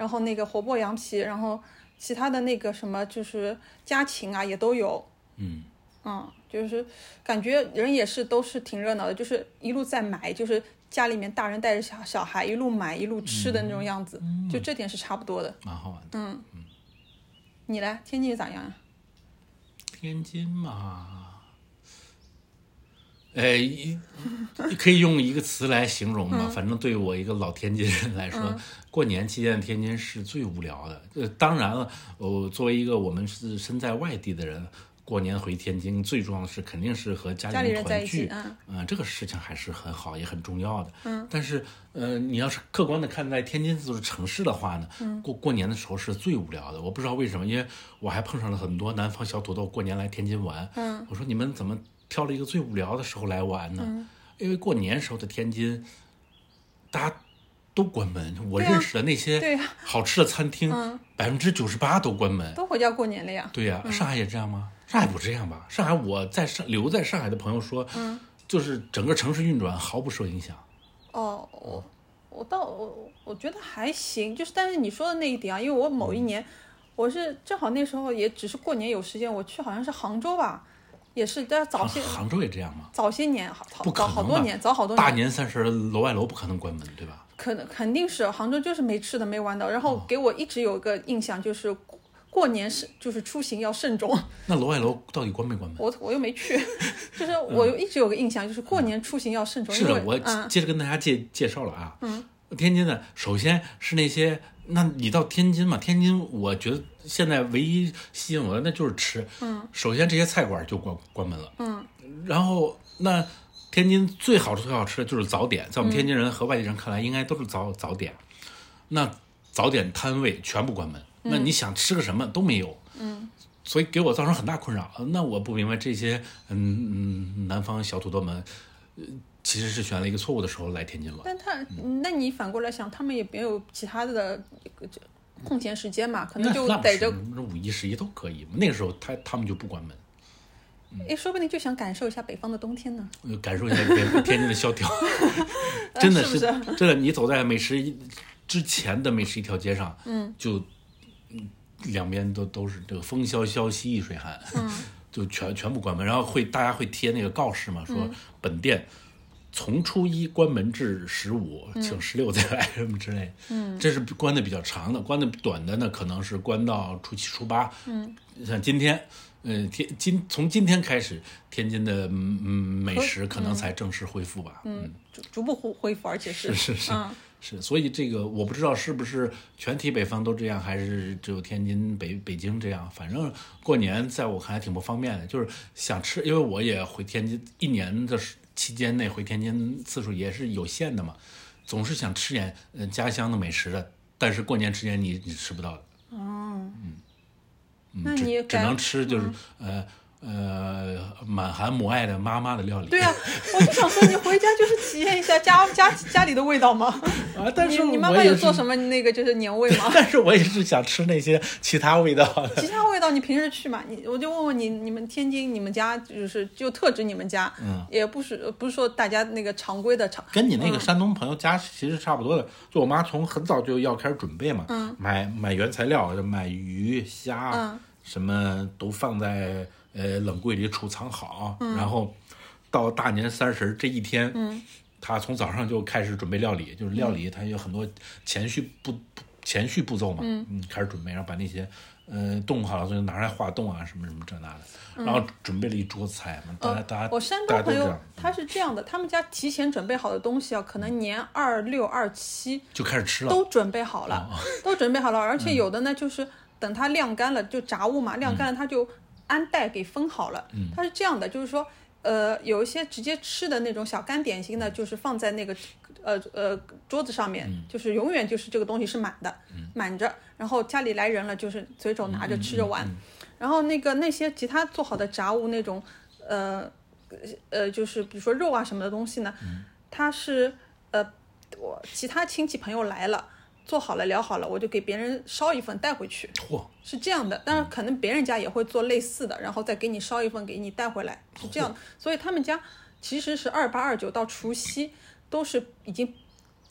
然后那个活剥羊皮，然后其他的那个什么就是家禽啊也都有。 嗯嗯，就是感觉人也是都是挺热闹的，就是一路在买，就是家里面大人带着小小孩一路买一路吃的那种样子， 嗯、 就这点是差不多的， 蛮好玩的。 嗯嗯，你呢？天津咋样？ 天津嘛，呃，可以用一个词来形容嘛，嗯、反正对我一个老天津人来说，嗯、过年期间天津是最无聊的。呃，当然了，我作为一个我们是身在外地的人。过年回天津，最重要的是肯定是和家里人团聚，嗯、呃，这个事情还是很好，也很重要的。嗯，但是，呃，你要是客观的看待天津这座城市的话呢，嗯、过过年的时候是最无聊的。我不知道为什么，因为我还碰上了很多南方小土豆过年来天津玩。嗯，我说你们怎么挑了一个最无聊的时候来玩呢？嗯、因为过年时候的天津，大家都关门。我认识的那些好吃的餐厅，百分之九十八都关门， 都回家过年了呀。 对呀、啊，上海也这样吗？上海不这样吧？上海我在上留在上海的朋友说，嗯，就是整个城市运转毫不受影响。 哦，我我倒我我觉得还行，就是但是你说的那一点啊，因为我某一年、嗯、我是正好那时候也只是过年有时间，我去好像是杭州吧，也是在早些杭州也这样吗？ 早些年好不可能好多年，早好多年。 大年三十楼外楼不可能关门，对吧？ 可能肯定是杭州就是没吃的没玩到，然后给我一直有个印象就是。哦过年是就是出行要慎重。 那楼外楼到底关没关门？ 我我又没去，就是我一直有个印象，就是过年出行要慎重。 是的，我嗯、 接着跟大家介介绍了啊。 嗯。 天津呢，首先是那些，那你到天津嘛？天津，我觉得现在唯一吸引我的那就是吃。嗯。首先这些菜馆就关关门了。嗯。然后那天津最好最好吃的就是早点，在我们天津人和外地人看来，应该都是早早点。那早点摊位全部关门。那你想吃个什么都没有，嗯，所以给我造成很大困扰。那我不明白这些嗯嗯南方小土豆们，呃，其实是选了一个错误的时候来天津玩。 但他，嗯、那你反过来想，他们也没有其他的空闲时间嘛，可能就逮着五一十一都可以。那个时候他他们就不关门。 哎、嗯，说不定就想感受一下北方的冬天呢， 感受一下天津的萧条。真的是， 是不是真的，你走在美食之前的美食一条街上，嗯，就。两边都都是这个风萧萧兮易水寒，嗯，就全全部关门，然后会大家会贴那个告示嘛，说本店从初一关门至十五，嗯、请十六再来什么之类，嗯，这是关的比较长的，关的短的呢可能是关到初七初八，嗯，像今天，呃天今从今天开始，天津的嗯美食可能才正式恢复吧， 嗯，嗯逐逐步恢复，而且是是是是。 嗯是，所以这个我不知道是不是全体北方都这样，还是只有天津、北北京这样。反正过年在我看来挺不方便的，就是想吃，因为我也回天津，一年的期间内回天津次数也是有限的嘛，总是想吃点呃家乡的美食的，但是过年之间你你吃不到的。 哦， 嗯，嗯那你只只能吃就是、嗯、呃。呃，满含母爱的妈妈的料理。 对啊，我就想说，你回家就是体验一下家家家里的味道吗？ 啊，但是你你妈妈有做什么那个就是年味吗？ 但是我也是想吃那些其他味道的。 其他味道你平时去嘛？你我就问问你，你们天津你们家就是就特指你们家，嗯，也不是不是说大家那个常规的常。 跟你那个山东朋友家其实差不多的，嗯、就我妈从很早就要开始准备嘛，嗯，买买原材料，买鱼虾，嗯，什么都放在。呃，冷柜里储藏好，嗯、然后到大年三十这一天，嗯，他从早上就开始准备料理，就是料理他有很多前序步前序步骤嘛，嗯, 嗯，开始准备，然后把那些呃冻好了就拿出来化冻啊，什么什么这那的，嗯、然后准备了一桌菜嘛，大家、呃、大家我山东朋友他是这样的，他们家提前准备好的东西啊，可能年二六二七就开始吃了， 都准备好了，哦、都准备好了，而且有的呢、嗯、就是等它晾干了，就杂物嘛，晾干了它就。安袋给分好了，它是这样的，就是说，呃，有一些直接吃的那种小干点心呢，就是放在那个，呃呃桌子上面，嗯、就是永远就是这个东西是满的，嗯、满着，然后家里来人了，就是随手拿着吃着玩，嗯嗯嗯、然后那个那些其他做好的杂物那种，呃呃，就是比如说肉啊什么的东西呢，嗯、它是呃我其他亲戚朋友来了。做好了聊好了，我就给别人烧一份带回去，是这样的。当然可能别人家也会做类似的，然后再给你烧一份给你带回来，是这样的。所以他们家其实是二八二九到除夕都是已经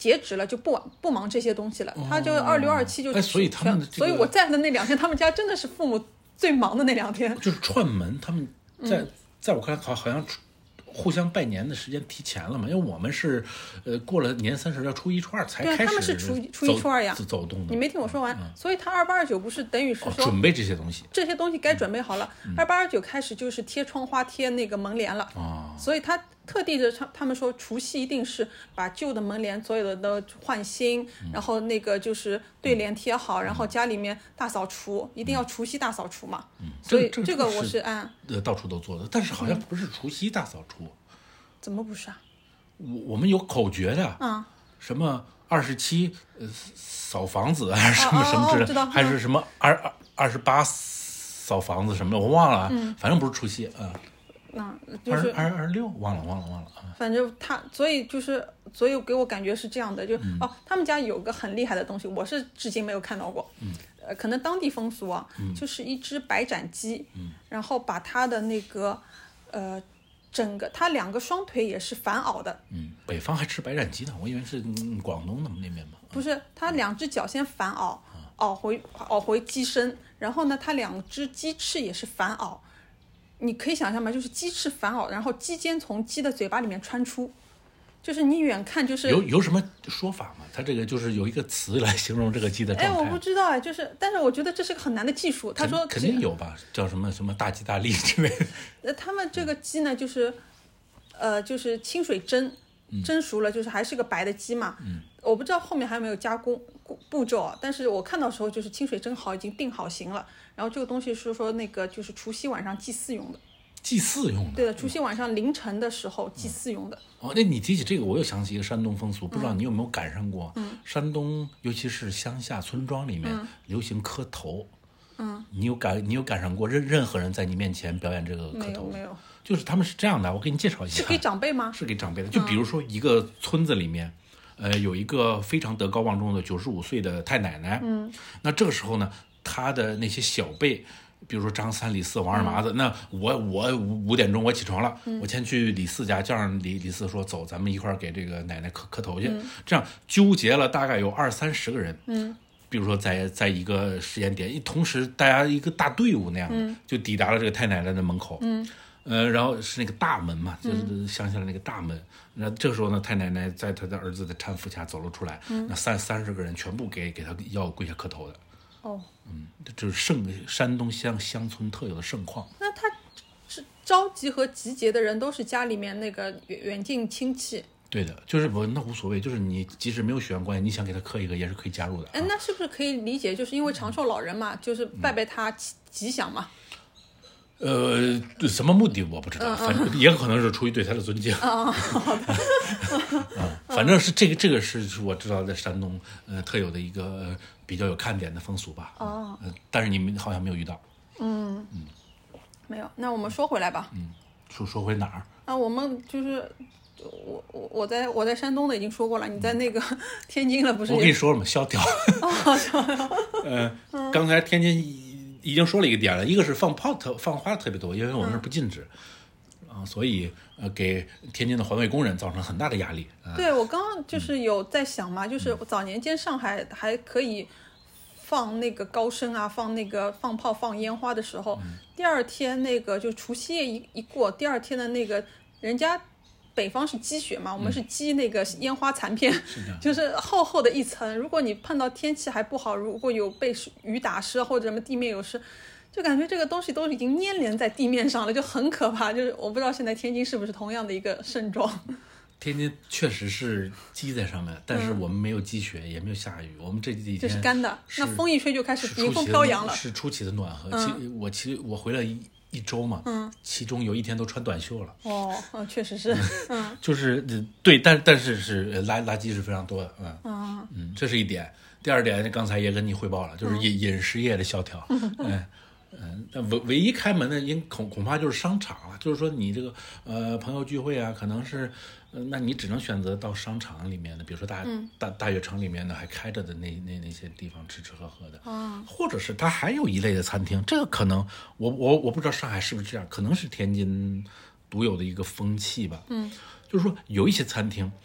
截止了就不不忙这些东西了，他就二六二七就、 哎，所以他们、这个、 所以我在的那两天，他们家真的是父母最忙的那两天， 就是串门，他们在、嗯、在我看来好好像互相拜年的时间提前了嘛，因为我们是呃过了年三十要初一初二才开始， 对，他们是初初一初二呀， 走动的。 你没听我说完，嗯、所以他二八二九不是等于是说、 哦、准备这些东西， 这些东西该准备好了。二八二九开始就是贴窗花、贴那个门帘了，哦、所以他特地的他们说除夕一定是把旧的门帘所有的都换新，嗯、然后那个就是对联贴好，嗯、然后家里面大扫除，嗯、一定要除夕大扫除嘛。嗯，所以这个我是按呃到处都做的，但是好像不是除夕大扫除。嗯， 怎么不是啊？ 我我们有口诀的， 嗯， 什么二十七呃扫房子还是什么什么之类的，还是什么二二二十八扫房子什么的，我忘了，嗯，反正不是除夕啊。 那就是二二二六，忘了忘了忘了啊。 反正他，所以就是，所以给我感觉是这样的，就、嗯、哦，他们家有个很厉害的东西，我是至今没有看到过，嗯，呃，可能当地风俗啊，嗯、就是一只白斩鸡，嗯，然后把它的那个呃。整个它两个双腿也是反袄的， 嗯，北方还吃白斩鸡呢，我以为是、嗯、广东的那边嘛。 不是，它两只脚先反袄，袄回袄回鸡身，然后呢，它两只鸡翅也是反袄，你可以想象吗？就是鸡翅反袄，然后鸡尖从鸡的嘴巴里面穿出，就是你远看就是有有什么说法吗？它这个就是有一个词来形容这个鸡的状态。 哎，我不知道哎，就是但是我觉得这是个很难的技术。他说肯定有吧，叫什么什么大吉大利之类的。 呃，他们这个鸡呢，就是呃，就是清水蒸，蒸熟了就是还是个白的鸡嘛。嗯。我不知道后面还有没有加工步骤啊，但是我看到的时候就是清水蒸好，已经定好型了。然后这个东西是说那个就是除夕晚上祭祀用的。 祭祀用的， 对的，除夕晚上凌晨的时候祭祀用的。 嗯、哦，那你提起这个，我又想起一个山东风俗，不知道你有没有赶上过？嗯，山东尤其是乡下村庄里面、嗯、流行磕头。嗯，你有赶你有赶上过任任何人在你面前表演这个磕头？ 没有，没有。 就是他们是这样的，我给你介绍一下。 是给长辈吗？ 是给长辈的。就比如说一个村子里面，嗯、呃，有一个非常德高望重的九十五岁的太奶奶。嗯，那这个时候呢，她的那些小辈。比如说张三李四王二麻子，嗯、那我我五点钟我起床了，嗯、我先去李四家，叫上李李四说走，咱们一块儿给这个奶奶磕磕头去。嗯、这样纠结了大概有二三十个人，嗯，比如说在在一个时间点，同时大家一个大队伍那样的，嗯、就抵达了这个太奶奶的门口，嗯，呃，然后是那个大门嘛，就是乡下的那个大门。那、嗯、这个时候呢，太奶奶在她的儿子的搀扶下走了出来，嗯、那三三十个人全部给给她要跪下磕头的。 哦， 嗯，这是盛山东乡乡村特有的盛况。 那他是召集和集结的人都是家里面那个远远近亲戚。 对的，就是我那无所谓，就是你即使没有血缘关系，你想给他磕一个也是可以加入的。 哎，那是不是可以理解，就是因为长寿老人嘛，嗯、就是拜拜他吉祥嘛？ 呃，什么目的我不知道，嗯、反正也可能是出于对他的尊敬。 啊、嗯，好的。 啊，反正是这个，这个是是我知道在山东呃特有的一个、呃、比较有看点的风俗吧。哦、呃，但是你们好像没有遇到。 嗯嗯，没有。那我们说回来吧。 嗯，说说回哪儿？ 啊，我们就是我我我在我在山东的已经说过了，你在那个天津了不是？ 我跟你说了嘛，萧条。 哦，萧条。 呃，嗯、刚才天津。已经说了一个点了，一个是放炮特放花特别多，因为我们是不禁止，嗯、啊，所以呃给天津的环卫工人造成很大的压力。啊、 对，我刚刚就是有在想嘛，嗯、就是早年间上海还可以放那个高升啊，放那个放炮放烟花的时候，嗯、第二天那个就除夕夜一一过，第二天的那个人家。北方是积雪嘛，我们是积那个烟花残片， 嗯、 就是厚厚的一层。如果你碰到天气还不好，如果有被雨打湿或者什么地面有湿，就感觉这个东西都已经粘连在地面上了，就很可怕。就是我不知道现在天津是不是同样的一个盛状。 天津确实是积在上面，但是我们没有积雪，嗯、也没有下雨，我们这几天就是干的。那风一吹就开始迎风飘扬了， 是出奇的暖和。嗯、其我其实我回来一。一周嘛，嗯，其中有一天都穿短袖了。 哦，嗯，确实是，嗯， 就是对，但但是是垃垃圾是非常多的，嗯嗯嗯，这是一点。第二点，刚才也跟你汇报了，就是饮、嗯、饮食业的萧条，嗯嗯，嗯唯唯一开门的应恐恐怕就是商场了，就是说你这个呃朋友聚会啊，可能是。那你只能选择到商场里面的，比如说大、嗯、大大悦城里面的还开着的那那那些地方吃吃喝喝的， 哦、 或者是它还有一类的餐厅，这个可能我我我不知道上海是不是这样，可能是天津独有的一个风气吧。 嗯， 就是说有一些餐厅，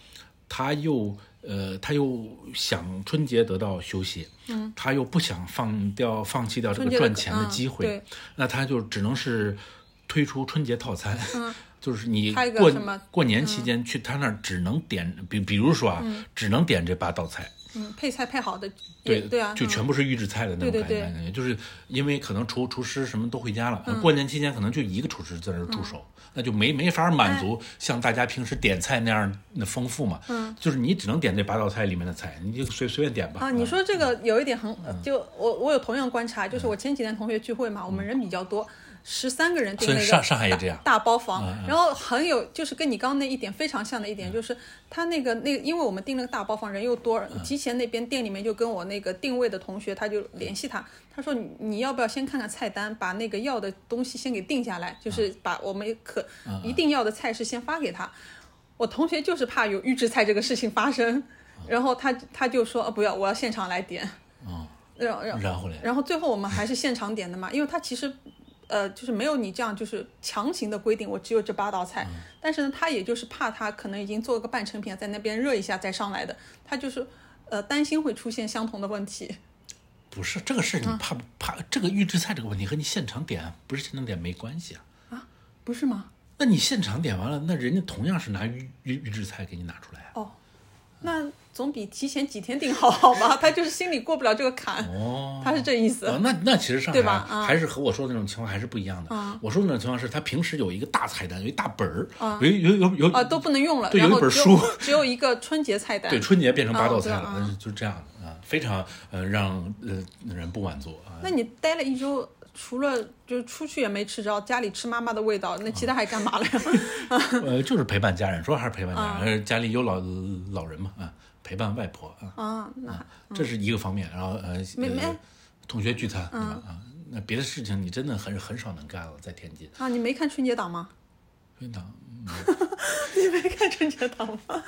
他又呃他又想春节得到休息，嗯，他又不想放掉放弃掉这个赚钱的机会， 嗯、 那他就只能是推出春节套餐， 嗯， 就是你过什过年期间去他那儿只能点，比比如说啊、嗯，只能点这八道菜。 嗯，配菜配好的， 对对啊， 就全部是预制菜的那种感觉， 对对对， 就是因为可能厨厨师什么都回家了， 嗯、 过年期间可能就一个厨师在那儿驻守，嗯、那就没没法满足像大家平时点菜那样的丰富嘛。嗯，就是你只能点这八道菜里面的菜，你就随随便点吧。 啊，你说这个有一点很，嗯、就我我有同样观察，就是我前几年同学聚会嘛，嗯、我们人比较多。十三个人订那个上上海也这样大包房， 嗯嗯、 然后很有就是跟你刚刚那一点非常像的一点，嗯、就是他那个那个，因为我们订那个大包房人又多，嗯、提前那边店里面就跟我那个定位的同学他就联系他，他说你你要不要先看看菜单，把那个要的东西先给定下来，就是把我们可一定要的菜式先发给他。我同学就是怕有预制菜这个事情发生，然后他他就说、哦、不要，我要现场来点。 嗯， 然后然后嘞， 然后最后我们还是现场点的嘛，因为他其实。呃，就是没有你这样就是强行的规定，我只有这八道菜。嗯、但是呢，他也就是怕他可能已经做了个半成品，在那边热一下再上来的，他就是呃担心会出现相同的问题。 不是这个事，你怕不、嗯、怕这个预制菜这个问题和你现场点不是现场点没关系啊？ 啊，不是吗？ 那你现场点完了，那人家同样是拿预预预制菜给你拿出来啊。 哦，那。总比提前几天订好好吧？他就是心里过不了这个坎， 哦， 他是这意思。 哦、那那其实上海吧还是和我说的那种情况还是不一样的。 嗯、 我说的那种情况是他平时有一个大菜单，有一大本儿， 嗯、 有有有有啊都不能用了， 对，有一本书， 只有一个春节菜单。 对，春节变成八道菜了， 嗯、 就是这样的啊，非常呃让呃人不满足啊。 那你待了一周。除了就出去也没吃着，家里吃妈妈的味道，那其他还干嘛了呀？ 呃，就是陪伴家人，主要还是陪伴家人。嗯、家里有老老人嘛，啊，陪伴外婆啊。 啊，那、 啊、这是一个方面。然后呃， 没没、 呃、同学聚餐， 嗯、 对吧？啊，那别的事情你真的很很少能干了，在天津。 啊，你没看春节档吗？ 春节档，嗯、 你没看春节档吗？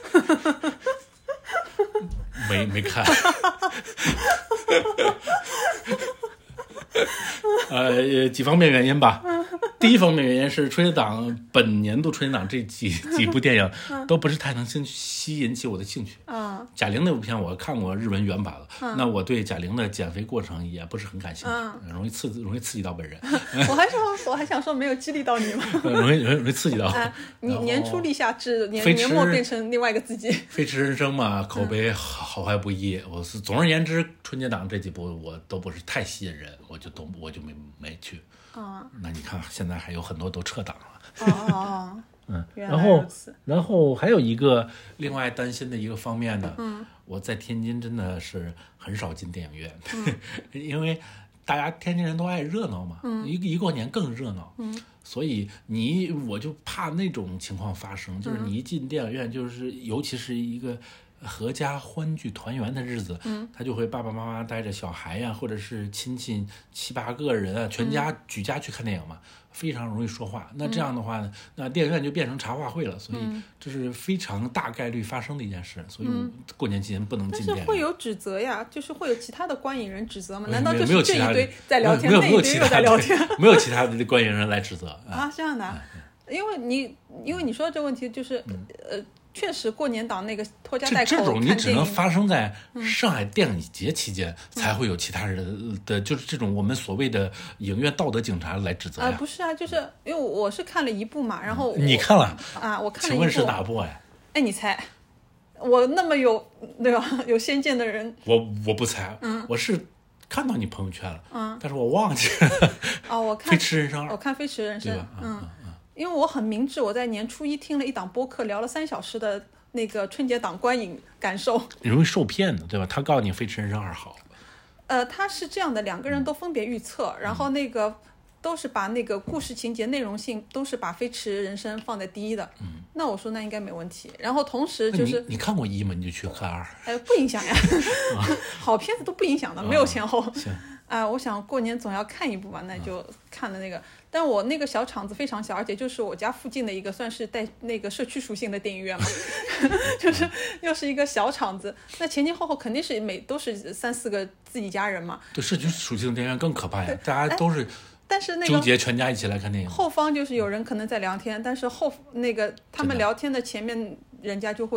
没没看。呃，几方面原因吧。第一方面原因是春节档本年度春节档这几几部电影都不是太能兴吸引起我的兴趣。 嗯， 贾玲那部片我看过日文原版了，嗯、那我对贾玲的减肥过程也不是很感兴趣，嗯、容易刺容易刺激到本人。 我还说我还想说没有激励到你吗？ 容易容易容易刺激到。 啊、你年初立下志，年年末变成另外一个自己。 飞驰人生嘛，口碑好好坏不一。我是总而言之，春节档这几部我都不是太吸引人，我就都我就没没去。 啊、哦， 那你看现在还有很多都撤档了。 哦哦， 嗯，然后然后还有一个另外担心的一个方面呢， 嗯， 我在天津真的是很少进电影院， 嗯、 因为大家天津人都爱热闹嘛， 嗯， 一一过年更热闹， 嗯， 所以你我就怕那种情况发生，就是你一进电影院，就是尤其是一个合家欢聚团圆的日子， 嗯， 他就会爸爸妈妈带着小孩呀、啊，或者是亲戚七八个人啊，全家、嗯、举家去看电影嘛，非常容易说话。那这样的话呢，嗯、那电影院就变成茶话会了，所以这是非常大概率发生的一件事。所以过年期间不能进电影。 但是会有指责呀，就是会有其他的观影人指责吗？难道就是这一堆在聊天， 那一堆又在聊天？ 没有其他的观影人来指责啊？这样的、啊，因为你因为你说这个问题就是、嗯、呃。确实，过年档那个拖家带口这种你只能发生在上海电影节期间，嗯、才会有其他人的，就是这种我们所谓的影院道德警察来指责呀。 啊、呃，不是啊，就是因为我是看了一部嘛，然后你看了啊，我看了一部。 请问是哪部哎？ 哎，你猜，我那么有对吧？有先见的人， 我我不猜， 嗯， 我是看到你朋友圈了， 嗯， 但是我忘记了。 哦，我看 《飞驰人生二》， 我看《飞驰人生》， 嗯嗯，因为我很明智，我在年初一听了一档播客，聊了三小时的。那个春节档观影感受， 你容易受骗的，对吧？他告诉你《飞驰人生二》好， 呃，他是这样的，两个人都分别预测，嗯、然后那个都是把那个故事情节、内容性都是把《飞驰人生》放在第一的。 嗯， 那我说那应该没问题。然后同时就是你, 你看过一吗？你就去看二。 哎，不影响呀，好片子都不影响的，没有前后。 行。 啊、呃，我想过年总要看一部吧，那就看了那个。但我那个小场子非常小，而且就是我家附近的一个算是带那个社区属性的电影院嘛，就是又是一个小场子，那前前后后肯定是每都是三四个自己家人嘛。 对，社区属性的电影院更可怕呀，大家都是。 但是那个纠结全家一起来看电影， 后方就是有人可能在聊天，但是后那个他们聊天的前面人家就会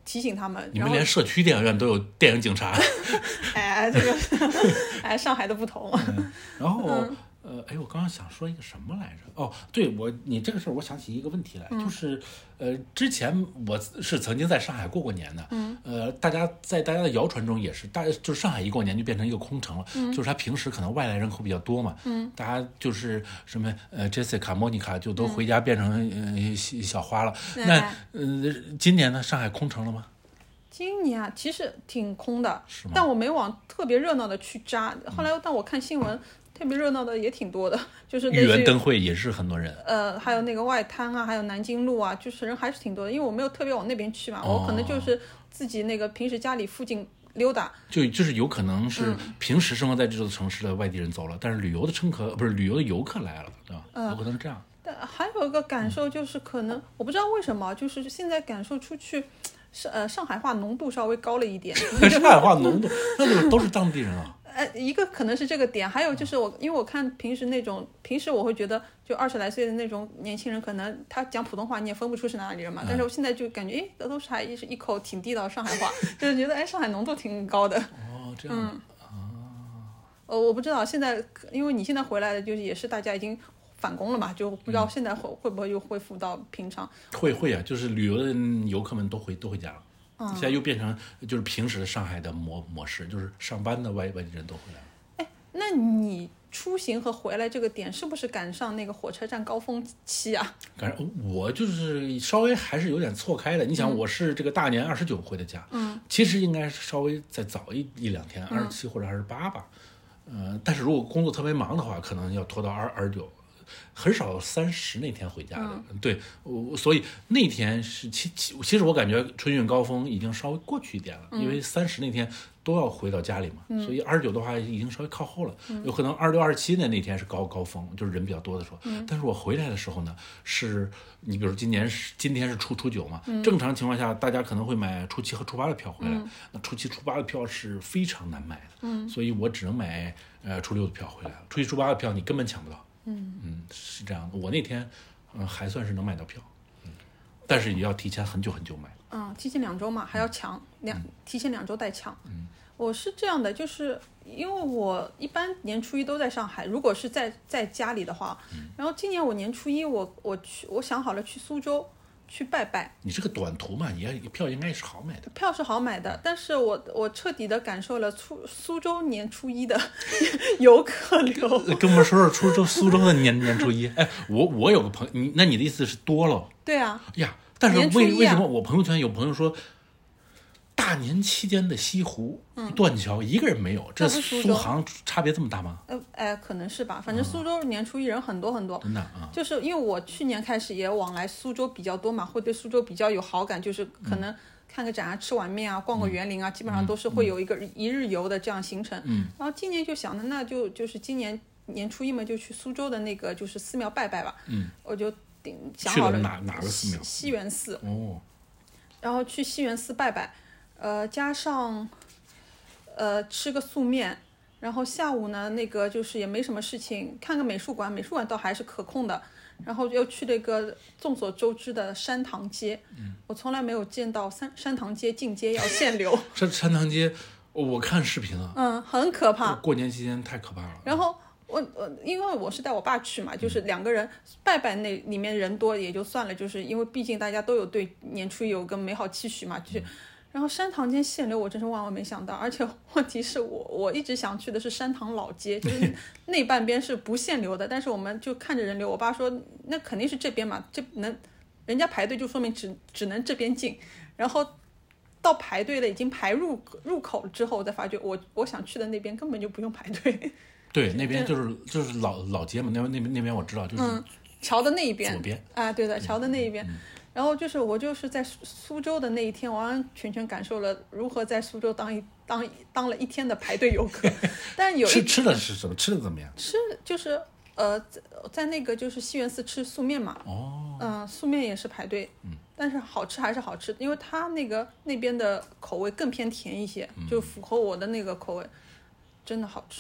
提醒他们。 你们连社区电影院都有电影警察。 哎，这个哎，上海的不同。 嗯、然后。嗯呃，哎，我刚刚想说一个什么来着？哦，对我，你这个事儿，我想起一个问题来，嗯、就是，呃，之前我是曾经在上海过过年的，嗯，呃，大家在大家的谣传中也是，大就是上海一过年就变成一个空城了，嗯，就是他平时可能外来人口比较多嘛，嗯，大家就是什么呃，Jessica、Monica 就都回家变成、嗯、呃小花了。嗯、那呃，今年呢，上海空城了吗？ 今年啊，其实挺空的，但我没往特别热闹的去扎。后来当我看新闻。特别热闹的也挺多的，就是豫园灯会也是很多人， 呃，还有那个外滩啊，还有南京路啊，就是人还是挺多的。因为我没有特别往那边去嘛，哦、我可能就是自己那个平时家里附近溜达。 就就是有可能是平时生活在这座城市的外地人走了，嗯、但是旅游的乘客不是旅游的游客来了，对吧？呃、有可能是这样。 但还有一个感受就是可能、嗯、我不知道为什么，就是现在感受出去。呃，上海话浓度稍微高了一点。 上海话浓度，那就都是当地人啊。 呃，一个可能是这个点，还有就是我，因为我看平时那种，平时我会觉得，就二十来岁的那种年轻人，可能他讲普通话你也分不出是哪里人嘛。嗯、但是我现在就感觉，哎，都是还是一口挺地道上海话，就是觉得，哎，上海浓度挺高的。 哦，这样。嗯。 啊。呃，我不知道现在，因为你现在回来的，就是也是大家已经。返工了嘛，就不知道现在会、嗯、会不会又恢复到平常？ 会会啊，就是旅游的游客们都回都回家了，嗯、现在又变成就是平时的上海的模模式，就是上班的外外地人都回来了。 哎，那你出行和回来这个点是不是赶上那个火车站高峰期啊？ 赶上，我就是稍微还是有点错开的。你想，我是这个大年二十九回的家，嗯，其实应该是稍微再早一一两天，二十七或者二十八吧。呃，但是如果工作特别忙的话，可能要拖到二二十九。很少三十那天回家的，嗯、对，我所以那天是其其其实我感觉春运高峰已经稍微过去一点了，嗯、因为三十那天都要回到家里嘛，嗯、所以二十九的话已经稍微靠后了，嗯、有可能二十六、二十七的那天是高高峰，就是人比较多的时候。嗯、但是我回来的时候呢，是你比如说今年是今天是初初九嘛，嗯、正常情况下大家可能会买初七和初八的票回来，嗯、那初七、初八的票是非常难买的，嗯、所以我只能买呃初六的票回来了，初七、初八的票你根本抢不到。嗯嗯，是这样的。我那天，嗯，还算是能买到票，嗯，但是也要提前很久很久买。 嗯，提前两周嘛，还要抢两，嗯、提前两周带抢。嗯，我是这样的，就是因为我一般年初一都在上海，如果是在在家里的话，嗯、然后今年我年初一我我去，我想好了去苏州。去拜拜， 你这个短途嘛，也票应该是好买的。 票是好买的，但是我我彻底的感受了苏苏州年初一的游客流。 跟我们说说苏州苏州的年年初一。哎，我我有个朋友，你那你的意思是多了？ 对啊。 呀，但是为、啊、为什么我朋友圈有朋友说？大年期间的西湖、嗯、断桥一个人没有，这苏杭差别这么大吗？ 呃，哎，可能是吧。反正苏州年初一人很多很多， 真的啊。 就是因为我去年开始也往来苏州比较多嘛，会对苏州比较有好感，就是可能看个展啊、吃碗面啊、逛个园林啊，嗯、基本上都是会有一个一日游的这样行程。嗯。然后今年就想的，那就就是今年年初一嘛，就去苏州的那个就是寺庙拜拜吧。嗯。我就顶想好了。 去了哪哪个寺庙？ 西园寺。 哦。 然后去西园寺拜拜。呃，加上，呃，吃个素面，然后下午呢，那个就是也没什么事情，看个美术馆，美术馆倒还是可控的，然后又去了一个众所周知的山塘街，嗯、我从来没有见到山山塘街进街要限流。 山山塘街，我看视频了， 嗯，很可怕。 过年期间太可怕了。 然后我我因为我是带我爸去嘛，就是两个人拜拜，那里面人多也就算了，就是因为毕竟大家都有对年初一有个美好期许嘛，去。嗯然后山塘街限流，我真是万万没想到，而且问题是我我一直想去的是山塘老街，就是那半边是不限流的，但是我们就看着人流，我爸说那肯定是这边嘛，这能人家排队就说明只只能这边进，然后到排队了已经排入入口之后，再发觉我我想去的那边根本就不用排队。 对，那边就是就是老老街嘛，那边那边那边我知道，就是、 嗯、桥的那一边， 左边啊，对的，桥的那一边。嗯然后就是我就是在苏州的那一天，完完全全感受了如何在苏州当一当当了一天的排队游客。但是有吃吃的是什么？吃的怎么样？ 吃就是呃，在那个就是西园寺吃素面嘛。 哦。 嗯、呃，素面也是排队。嗯。但是好吃还是好吃，因为它那个那边的口味更偏甜一些，就符合我的那个口味，真的好吃。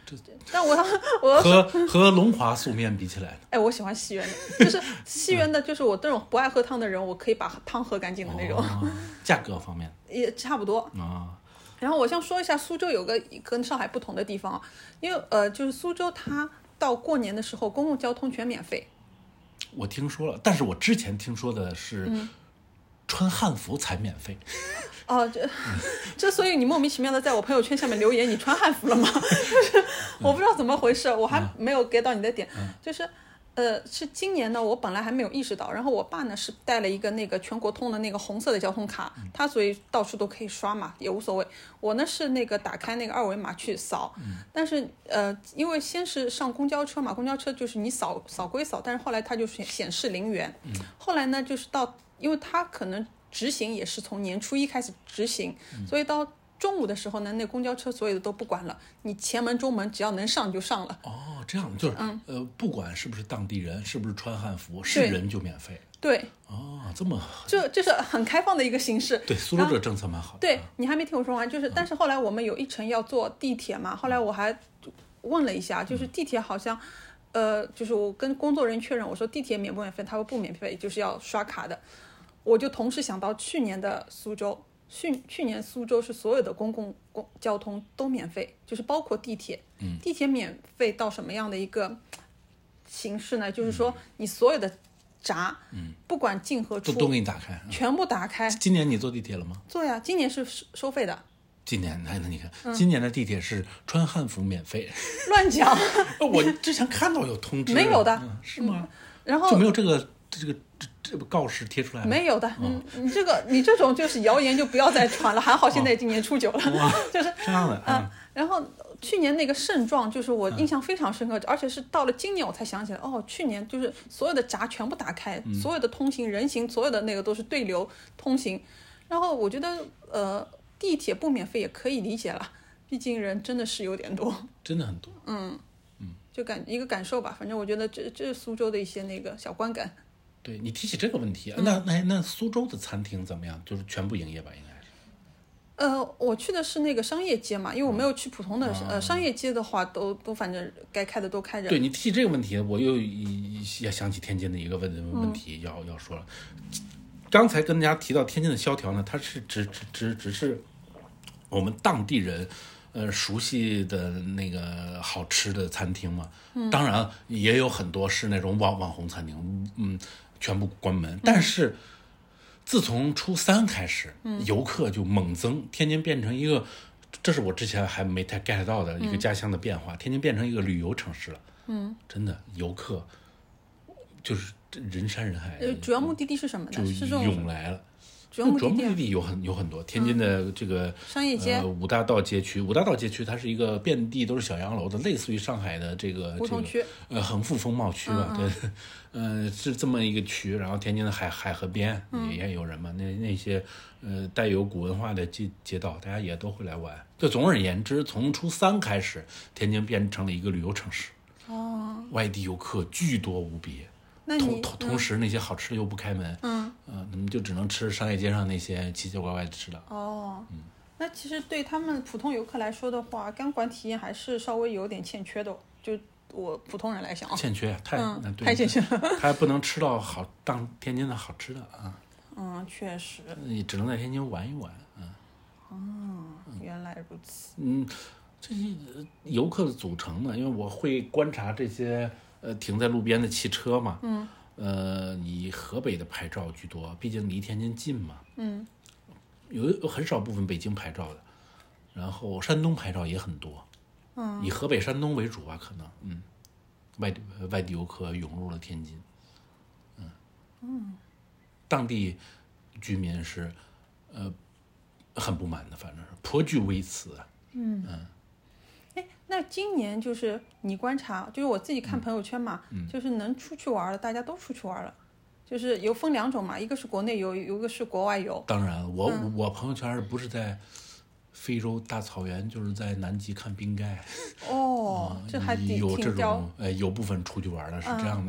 但我我和和龙华素面比起来呢？ 哎，我喜欢西园的，就是西园的，就是我这种不爱喝汤的人，我可以把汤喝干净的那种。 哦、价格方面也差不多啊。哦， 然后我想说一下苏州有个跟上海不同的地方，因为呃，就是苏州它到过年的时候公共交通全免费。 我听说了，但是我之前听说的是穿汉服才免费。 嗯、哦，这这所以你莫名其妙的在我朋友圈下面留言，你穿汉服了吗？就是我不知道怎么回事，我还没有 get 到你的点， 嗯、 就是。呃，是今年呢，我本来还没有意识到，然后我爸呢是带了一个那个全国通的那个红色的交通卡， 嗯、 他所以到处都可以刷嘛，也无所谓。我呢是那个打开那个二维码去扫， 嗯、 但是呃，因为先是上公交车嘛，公交车就是你扫扫归扫，但是后来它就显显示零元， 嗯、 后来呢就是到，因为它可能执行也是从年初一开始执行，嗯、所以到中午的时候呢，那公交车所有的都不管了，你前门中门只要能上就上了。 哦，这样就是， 嗯、 呃，不管是不是当地人，是不是穿汉服，是人就免费。 对。 哦，这么。 这这是很开放的一个形式。 对，苏州这个政策蛮好的。 对，你还没听我说完，就是，但是后来我们有一程要坐地铁嘛，后来我还问了一下，就是地铁好像，呃，就是我跟工作人员确认，我说地铁免不免费，他说不免费，就是要刷卡的。我就同时想到去年的苏州。去去年苏州是所有的公共公交通都免费，就是包括地铁。 嗯， 地铁免费到什么样的一个形式呢？就是说你所有的闸， 嗯， 不管进和出都都给你打开， 全部打开。 今年你坐地铁了吗？ 坐呀，今年是收费的。 今年那那你看、嗯，今年的地铁是穿汉服免费。 乱讲！ 我之前看到有通知， 没有的， 嗯、是吗、嗯？ 然后就没有这个这个。这不告示贴出来了？ 没有的，嗯，你这个你这种就是谣言就不要再传了。还好现在今年初九了，就是这样的啊、 呃。然后去年那个盛状，就是我印象非常深刻，嗯、而且是到了今年我才想起来，哦，去年就是所有的闸全部打开， 嗯、 所有的通行人行，所有的那个都是对流通行。然后我觉得，呃，地铁不免费也可以理解了，毕竟人真的是有点多， 真的很多。 嗯嗯， 就感一个感受吧。反正我觉得这这是苏州的一些那个小观感。 对，你提起这个问题，嗯、那那那苏州的餐厅怎么样？就是全部营业吧，应该是。 呃，我去的是那个商业街嘛，因为我没有去普通的、嗯、呃商业街的话，都都反正该开的都开着。 对，你提起这个问题，我又也想起天津的一个问问题要、嗯、要说了。刚才跟大家提到天津的萧条呢，它是只只只只是我们当地人。呃，熟悉的那个好吃的餐厅嘛，嗯、当然也有很多是那种网网红餐厅，嗯，全部关门。嗯、但是自从初三开始，嗯、游客就猛增，天津变成一个，这是我之前还没太 get 到的一个家乡的变化，嗯、天津变成一个旅游城市了。 嗯， 真的游客就是人山人海。 呃，主要目的地是什么呢？ 就涌来了。 主要目的地地有很有很多，天津的这个、 嗯、商业街、 呃、五大道街区，五大道街区它是一个遍地都是小洋楼的，类似于上海的这个胡同区， 这个、呃恒富风貌区吧， 嗯嗯对，呃是这么一个区。然后天津的海海河边嗯、 也有人嘛，那那些呃带有古文化的街街道，大家也都会来玩。就总而言之，从初三开始，天津变成了一个旅游城市， 哦， 外地游客巨多无比。 那同同同时，那些好吃的又不开门， 嗯， 呃，那么就只能吃商业街上那些奇奇怪怪的吃的。 哦， 嗯， 那其实对他们普通游客来说的话，干馆体验还是稍微有点欠缺的。就我普通人来想啊， 欠缺太、 嗯、 对太欠缺了， 他还不能吃到好当天津的好吃的啊。 嗯，确实。 你只能在天津玩一玩，嗯。 哦，原来如此。 嗯，这些游客的组成呢，因为我会观察这些。呃，停在路边的汽车嘛， 嗯， 呃，以河北的牌照居多，毕竟离天津近嘛， 嗯， 有有很少部分北京牌照的，然后山东牌照也很多， 嗯， 以河北、山东为主吧，可能，嗯，外地外地游客涌入了天津，嗯， 嗯， 当地居民是，呃，很不满的，反正是颇具微词， 嗯嗯。 哎，那今年就是你观察，就是我自己看朋友圈嘛， 嗯、 就是能出去玩的，大家都出去玩了，就是有分两种嘛，一个是国内游，有一个是国外游。 当然，我、 嗯、 我朋友圈不是在非洲大草原，就是在南极看冰盖。 哦， 嗯、 这还挺有这挺种，呃，有部分出去玩的是这样的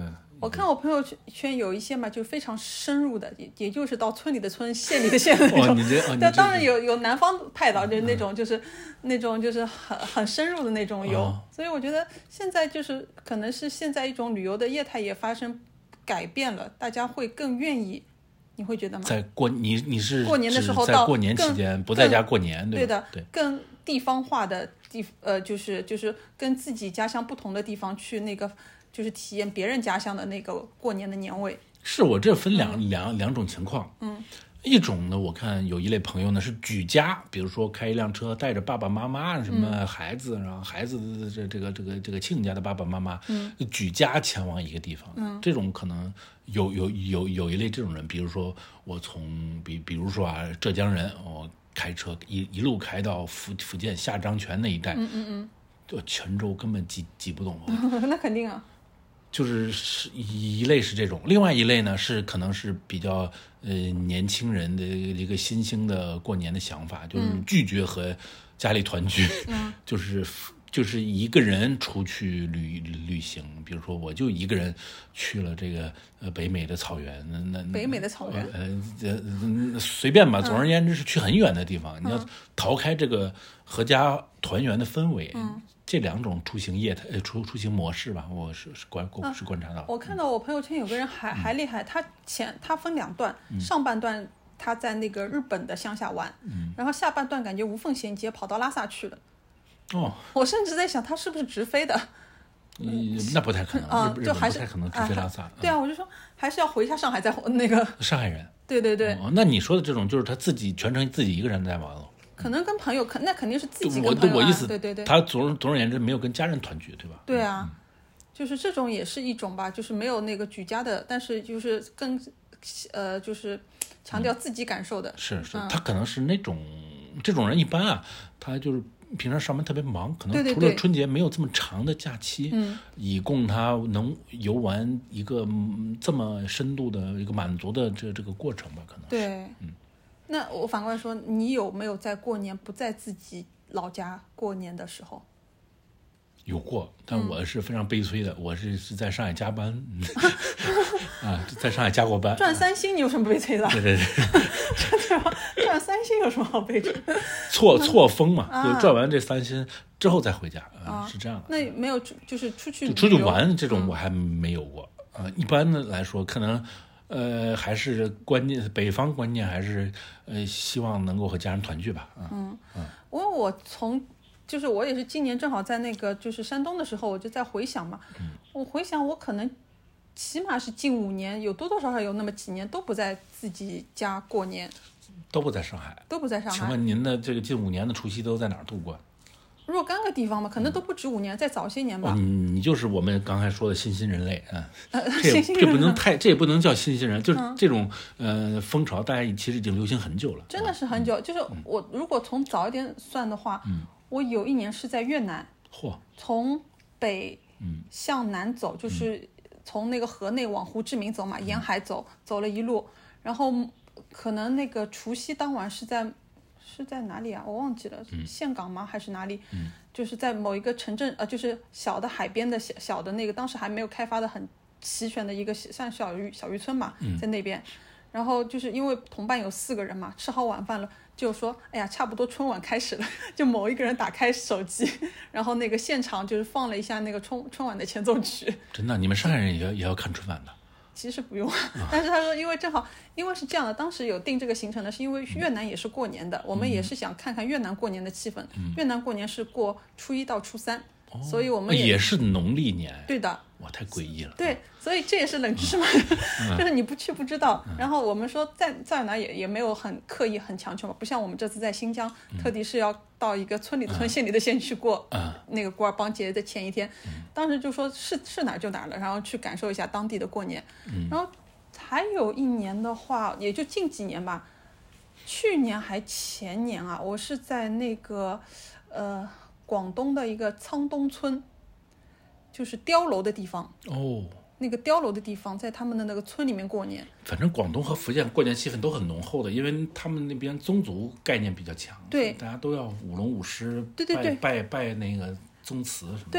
我看我朋友圈有一些嘛，就非常深入的，也也就是到村里的村、县里的县的那种。 哦，你这，哦、 但当然有有南方派的，就是那种就是、嗯、那种就是很很深入的那种游、哦。所以我觉得现在就是可能是现在一种旅游的业态也发生改变了，大家会更愿意。你会觉得吗？ 在过你你是过年的时候到在过年期间不在家过年， 对的， 对更地方化的地呃，就是就是跟自己家乡不同的地方去那个，就是体验别人家乡的那个过年的年味。 是我这分两、嗯、两两种情况， 嗯， 一种呢，我看有一类朋友呢是举家，比如说开一辆车带着爸爸妈妈什么孩子，嗯、然后孩子的这这个这个这个亲家的爸爸妈妈， 嗯， 举家前往一个地方， 嗯， 这种可能有有有有一类这种人，比如说我从比比如说啊浙江人，我开车一一路开到福福建下漳泉那一带， 嗯嗯嗯， 就泉州根本挤挤不动， 那肯定啊。 就是是一类是这种，另外一类呢是可能是比较呃年轻人的一个新兴的过年的想法，就是拒绝和家里团聚， 嗯、 就是就是一个人出去旅旅行，比如说我就一个人去了这个呃北美的草原，那那北美的草原呃呃随便吧，总而言之是去很远的地方， 嗯、 你要逃开这个合家团圆的氛围。 嗯， 这两种出行业态呃出出行模式吧，我是是观是观察到、 啊。我看到我朋友圈有个人还、嗯、还厉害，他前他分两段、嗯，上半段他在那个日本的乡下玩， 嗯， 然后下半段感觉无缝衔接，跑到拉萨去了。 哦， 我甚至在想他是不是直飞的？ 嗯，那不太可能啊，就还是不太可能直飞拉萨。 啊对啊，我就说还是要回一下上海再那个。 上海人。 对对对。 哦，那你说的这种就是他自己全程自己一个人在玩了。 可能跟朋友，可那肯定是自己跟朋友、啊。 我我意思， 对对对， 他总总而言之没有跟家人团聚，对吧？ 对啊、嗯，就是这种也是一种吧，就是没有那个举家的，但是就是更呃，就是强调自己感受的。 嗯、是是、 嗯， 他可能是那种这种人一般啊，他就是平常上班特别忙，可能对对对除了春节没有这么长的假期， 嗯， 以供他能游玩一个、嗯、这么深度的一个满足的这这个过程吧，可能是对， 嗯。 那我反过来说，你有没有在过年不在自己老家过年的时候？ 有过，但我是非常悲催的，嗯、我是是在上海加班，啊，在上海加过班。 赚三星，你有什么悲催的？ 对对对， 对吧？赚三星有什么好悲催？ 错错峰嘛， 啊、 就赚完这三星之后再回家，啊、是这样的。 那没有就是出去就出去玩这种我还没有过，啊、嗯，一般的来说可能。呃，还是观念，北方观念还是呃，希望能够和家人团聚吧。 嗯嗯，因为我从就是我也是今年正好在那个就是山东的时候，我就在回想嘛。 嗯、 我回想，我可能起码是近五年，有多多少少有那么几年都不在自己家过年， 都不在上海， 都不在上海。 请问您的这个近五年的除夕都在哪儿度过？ 若干个地方嘛，可能都不止五年，嗯、再早些年吧。 哦、你你就是我们刚才说的新兴人类啊， 呃、 这也新这不能太，这也不能叫新兴人，就是这种、嗯、呃风潮，大家其实已经流行很久了。 真的是很久，嗯、就是我如果从早一点算的话， 嗯、 我有一年是在越南， 嚯， 从北向南走， 嗯、 就是从那个河内往胡志明走嘛， 嗯、 沿海走，走了一路，然后可能那个除夕当晚是在。是在哪里啊？我忘记了， 嗯、 岘港吗？还是哪里？ 嗯、 就是在某一个城镇，呃，就是小的海边的小小的那个，当时还没有开发的很齐全的一个像小渔小渔村嘛， 嗯、 在那边。然后就是因为同伴有四个人嘛，吃好晚饭了，就说，哎呀，差不多春晚开始了，就某一个人打开手机，然后那个现场就是放了一下那个春春晚的前奏曲。 真的，你们上海人也要也要看春晚的？ 其实不用，但是他说，因为正好，因为是这样的，当时有定这个行程的，是因为越南也是过年的，嗯、我们也是想看看越南过年的气氛。 嗯、 越南过年是过初一到初三， 哦、 所以我们 也, 也是农历年。 对的， 哇，太诡异了。 对，所以这也是冷知识嘛，嗯、就是你不去不知道。嗯、然后我们说在在哪也也没有很刻意很强求嘛，不像我们这次在新疆，嗯、特地是要到一个村里的村、嗯、县里的县去过、 嗯、 那个古尔邦节的前一天， 嗯、 当时就说是是哪就哪了，然后去感受一下当地的过年， 嗯、 然后。还有一年的话，也就近几年吧，去年还前年啊，我是在那个呃广东的一个沧东村，就是碉楼的地方哦， 那个碉楼的地方，在他们的那个村里面过年。 反正广东和福建过年气氛都很浓厚的，因为他们那边宗族概念比较强， 对， 大家都要舞龙舞狮， 对对对， 拜拜拜那个宗祠什么的。 对。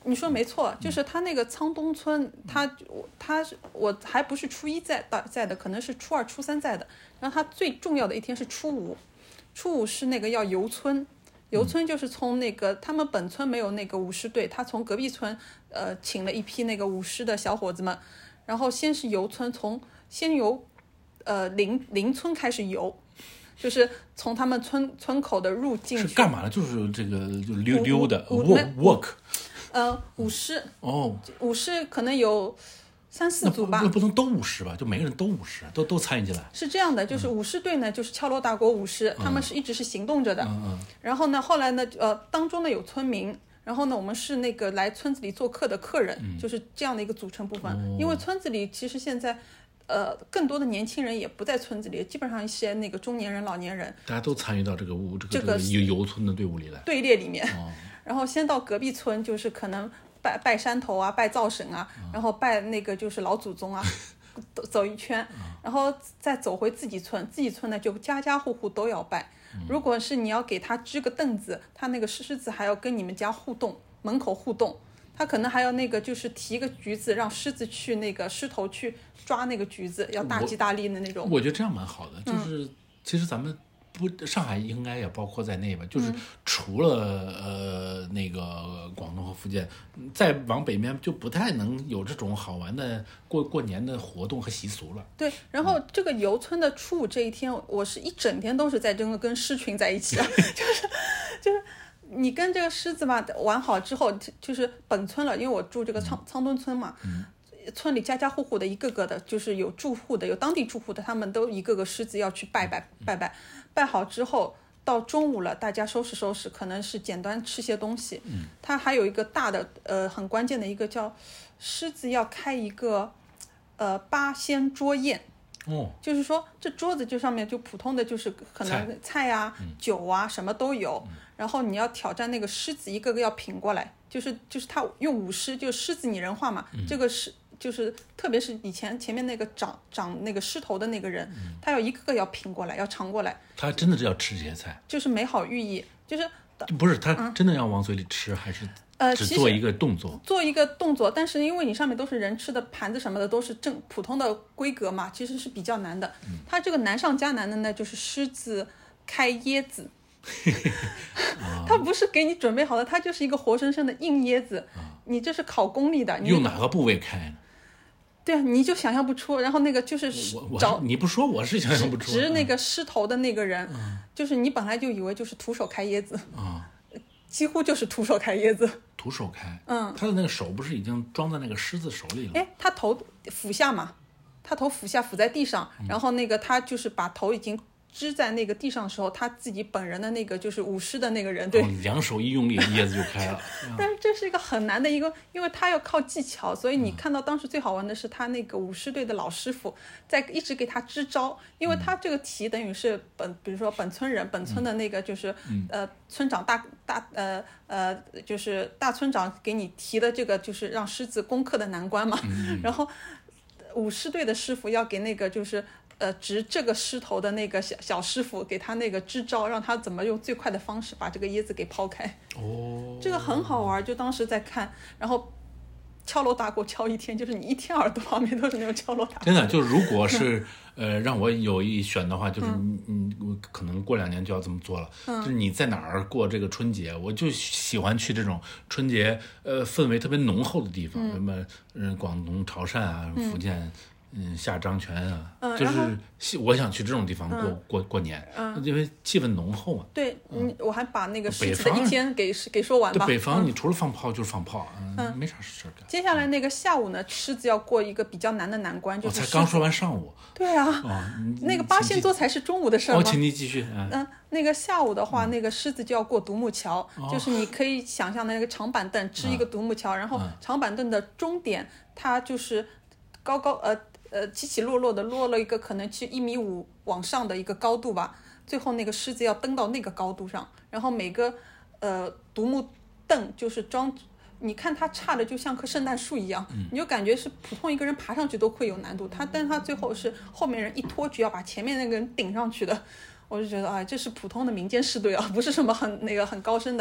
你说没错，就是他那个沧东村，他他我还不是初一在在的，可能是初二、初三在的。然后他最重要的一天是初五，初五是那个要游村，游村就是从那个他们本村没有那个舞狮队，他从隔壁村呃请了一批那个舞狮的小伙子们，然后先是游村，从先由呃邻邻村开始游。就是从他们村村口的入境是干嘛的？就是这个就溜溜的 walk walk。 呃，舞狮哦， 舞狮可能有三四组吧。 不不能都舞狮吧？就每个人都舞狮，都都参与进来。 是这样的，就是舞狮队呢，嗯、就是敲锣打鼓舞狮，他们是一直是行动着的。 嗯嗯。 然后呢，后来呢，呃，当中呢有村民。然后呢，我们是那个来村子里做客的客人，嗯、就是这样的一个组成部分。哦、因为村子里其实现在。呃，更多的年轻人也不在村子里，基本上一些那个中年人、老年人， 大家都参与到这个舞这个这个游游村的队伍里来， 队列里面。 哦、 然后先到隔壁村，就是可能拜拜山头啊，拜灶神啊，哦、然后拜那个就是老祖宗啊，走一圈，然后再走回自己村。自己村呢，就家家户户都要拜。嗯、如果是你要给他支个凳子，他那个狮子还要跟你们家互动，门口互动。他可能还要那个，就是提个橘子，让狮子去那个狮头去抓那个橘子，要大吉大利的那种。 我, 我觉得这样蛮好的，就是、嗯、其实咱们不上海应该也包括在内吧，就是除了、嗯、呃那个广东和福建，再往北面就不太能有这种好玩的过过年的活动和习俗了。 对，然后这个游村的初五这一天，我是一整天都是在这个跟狮群在一起的，就是就是。你跟这个狮子嘛玩好之后，就是本村了，因为我住这个沧沧东村嘛，嗯、村里家家户户的一个个的，就是有住户的，有当地住户的，他们都一个个狮子要去拜拜拜拜，拜好之后到中午了，大家收拾收拾，可能是简单吃些东西。嗯、它还有一个大的呃很关键的一个叫狮子要开一个呃八仙桌宴。 哦， 就是说这桌子就上面就普通的就是可能菜啊、 嗯、 酒啊什么都有，嗯、然后你要挑战那个狮子一个个要品过来，就是就是他用舞狮，就是狮子拟人化嘛，嗯、这个是就是特别是以前前面那个长长那个狮头的那个人，嗯、他要一个个要品过来，要尝过来， 他真的是要吃这些菜， 就是美好寓意，就是不是他真的要往嘴里吃，嗯、还是？ 呃， 只做一个动作， 做一个动作，但是因为你上面都是人吃的盘子什么的，都是正普通的规格嘛，其实是比较难的。嗯、它这个难上加难的呢，就是狮子开椰子，它不是给你准备好的，它就是一个活生生的硬椰子，啊、你这是考功力的。你用哪个部位开呢？ 对啊，你就想象不出。然后那个就是找你不说我是想象不出。 指那个狮头的那个人，嗯、就是你本来就以为就是徒手开椰子啊。 几乎就是徒手开椰子， 徒手开， 嗯， 他的那个手不是已经装在那个狮子手里了？ 哎，他头俯下嘛，他头俯下，俯在地上，嗯、然后那个他就是把头已经支在那个地上的时候，他自己本人的那个就是舞狮的那个人，对， 哦、两手一用力，椰子就开了。 但是这是一个很难的一个，因为他要靠技巧，所以你看到当时最好玩的是他那个舞狮队的老师傅在一直给他支招，因为他这个题等于是本，比如说本村人，本村的那个就是、 嗯、 呃村长大大呃呃就是大村长给你提的这个就是让狮子攻克的难关嘛， 嗯、 然后舞狮队的师傅要给那个就是。呃，执这个狮头的那个小小师傅给他那个支招，让他怎么用最快的方式把这个椰子给抛开。 哦， 这个很好玩，就当时在看，然后敲锣打鼓敲一天，就是你一天耳朵旁边都是那种敲锣打鼓。 真的，就如果是呃让我有一选的话，就是嗯嗯，可能过两年就要这么做了。嗯、就是你在哪儿过这个春节，我就喜欢去这种春节呃氛围特别浓厚的地方， 嗯、 什么嗯广东潮汕啊，福建。嗯嗯，下张泉啊， 嗯、 就是我想去这种地方过、嗯、过过年， 嗯、 因为气氛浓厚嘛。 对， 嗯， 我还把那个狮子的一天给给说完吧。 对，北方你除了放炮就是放炮，嗯， 嗯没啥事干。 接下来那个下午呢，狮子要过一个比较难的难关，就是我才刚说完上午。 对啊， 哦、 那个八仙桌才是中午的事儿。 哦，请你继续。 嗯，嗯那个下午的话，嗯、那个狮子就要过独木桥， 哦、 就是你可以想象的那个长板凳支一个独木桥，嗯、然后长板凳的终点它就是高高呃。呃，起起落落的落了一个可能去一米五往上的一个高度吧，最后那个狮子要登到那个高度上，然后每个呃独木凳就是装，你看它差的就像棵圣诞树一样， 嗯、 你就感觉是普通一个人爬上去都会有难度，它但它最后是后面人一拖举要把前面那个人顶上去的，我就觉得哎，这是普通的民间狮队啊，不是什么很那个很高深的。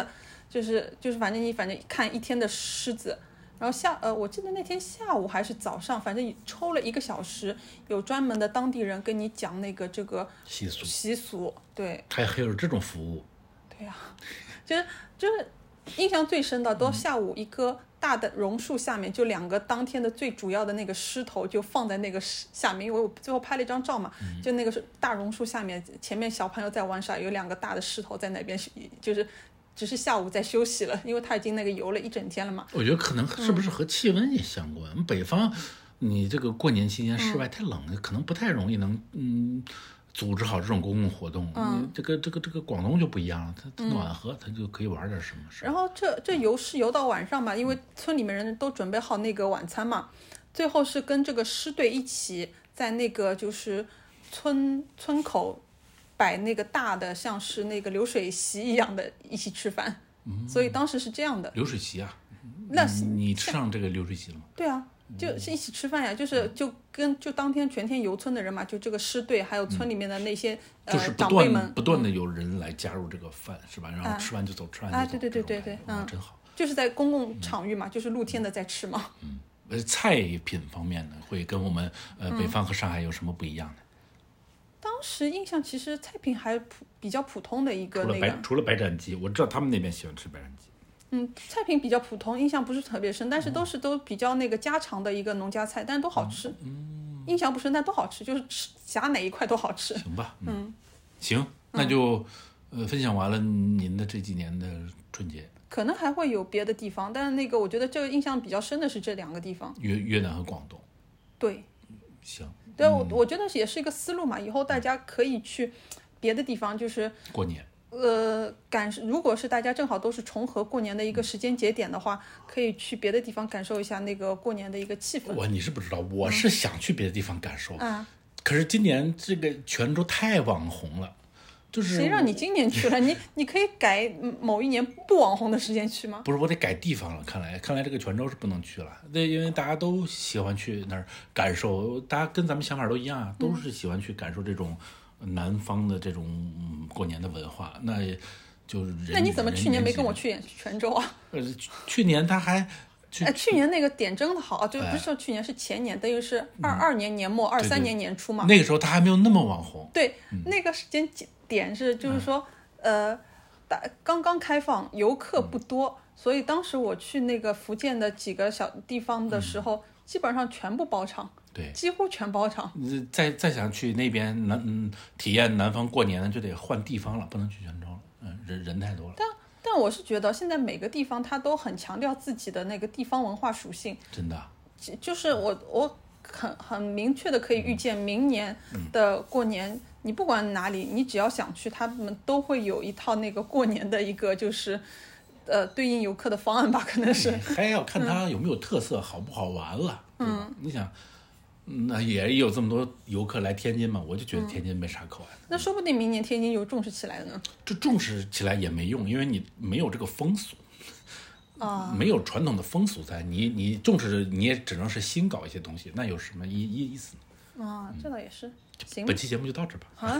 就是就是反正你反正看一天的狮子。然后下呃，我记得那天下午还是早上，反正抽了一个小时，有专门的当地人跟你讲那个这个习俗习俗，对， 还还有这种服务， 对呀、啊，就是就是印象最深的，都下午一棵大的榕树下面，就两个当天的最主要的那个狮头就放在那个下面，因为我最后拍了一张照嘛，嗯、就那个是大榕树下面，前面小朋友在玩耍，有两个大的狮头在那边，就是。只是下午在休息了，因为他已经那个游了一整天了嘛。 我觉得可能是不是和气温也相关？嗯、北方，你这个过年期间室外太冷了，嗯、可能不太容易能嗯组织好这种公共活动。嗯，这个这个这个广东就不一样了，它它暖和，它、嗯、就可以玩点什么事。 然后这这游是游到晚上嘛，因为村里面人都准备好那个晚餐嘛，最后是跟这个狮队一起在那个就是村村口。摆那个大的像是那个流水席一样的一起吃饭、嗯、所以当时是这样的。 流水席啊， 那你吃上这个流水席了吗？ 对啊，就是一起吃饭呀，就是就跟就当天全天游村的人嘛，就这个狮队还有村里面的那些、 嗯、就是呃长辈们不断的有人来加入这个饭、嗯、是吧？然后吃完就走、啊、吃完就走啊， 对对对对对， 嗯，真好。 就是在公共场域嘛、嗯、就是露天的在吃嘛。 嗯，呃，菜品方面呢，会跟我们呃北方和上海有什么不一样的？嗯， 当时印象其实菜品还普比较普通的一个那个， 除了白除了白斩鸡，我知道他们那边喜欢吃白斩鸡。 嗯，菜品比较普通，印象不是特别深，但是都是都比较那个家常的一个农家菜，但是都好吃。嗯，印象不深，但都好吃，就是吃夹哪一块都好吃。 行吧，嗯，嗯行，那就、嗯、呃分享完了您的这几年的春节。 可能还会有别的地方，但是那个我觉得这个印象比较深的是这两个地方， 越越南和广东。 对， 行。 对，我我觉得也是一个思路嘛，以后大家可以去别的地方，就是过年。 呃，感如果是大家正好都是重合过年的一个时间节点的话，可以去别的地方感受一下那个过年的一个气氛。 我你是不知道，我是想去别的地方感受， 嗯、 可是今年这个泉州太网红了。就是谁让你今年去了？你你可以改某一年不网红的时间去吗？ 不是，我得改地方了。看来看来这个泉州是不能去了。对，因为大家都喜欢去那儿感受，大家跟咱们想法都一样啊，都是喜欢去感受这种南方的这种、嗯、过年的文化。那也就是人那你怎么去年没跟我去演泉州啊？ 呃，去年他还。 哎，去年那个点真的好啊，就不是说去年是前年，哎、等于是二二年年末、二三、嗯、年年初嘛。 那个时候他还没有那么网红。 对，嗯、那个时间点是就是说，嗯、呃，刚刚开放，游客不多，嗯、所以当时我去那个福建的几个小地方的时候，嗯、基本上全部包场。 对， 几乎全包场。 再再想去那边南嗯体验南方过年，就得换地方了，不能去泉州了。嗯，人人太多了。 但但我是觉得现在每个地方它都很强调自己的那个地方文化属性。 真的。 就是我我很很明确的可以预见明年的过年，嗯、你不管哪里，你只要想去，他们都会有一套那个过年的一个就是呃对应游客的方案吧，可能是。 还要看它有没有特色，嗯、好不好玩了。嗯，你想。那也有这么多游客来天津嘛，我就觉得天津没啥可玩的。 嗯、那说不定明年天津就重视起来了呢。 这重视起来也没用，因为你没有这个风俗啊， 没有传统的风俗在，你你重视你也只能是新搞一些东西，那有什么意意意思呢？啊，这倒也是。行， 本期节目就到这吧。 啊，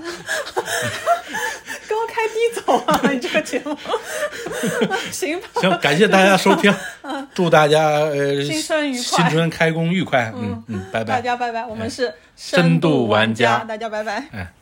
高开低走啊，你这个节目。行吧。 行，感谢大家收听，祝大家呃新春愉快， 新春开工愉快。嗯嗯，拜拜。 大家拜拜，我们是深度玩家， 大家拜拜。 哎。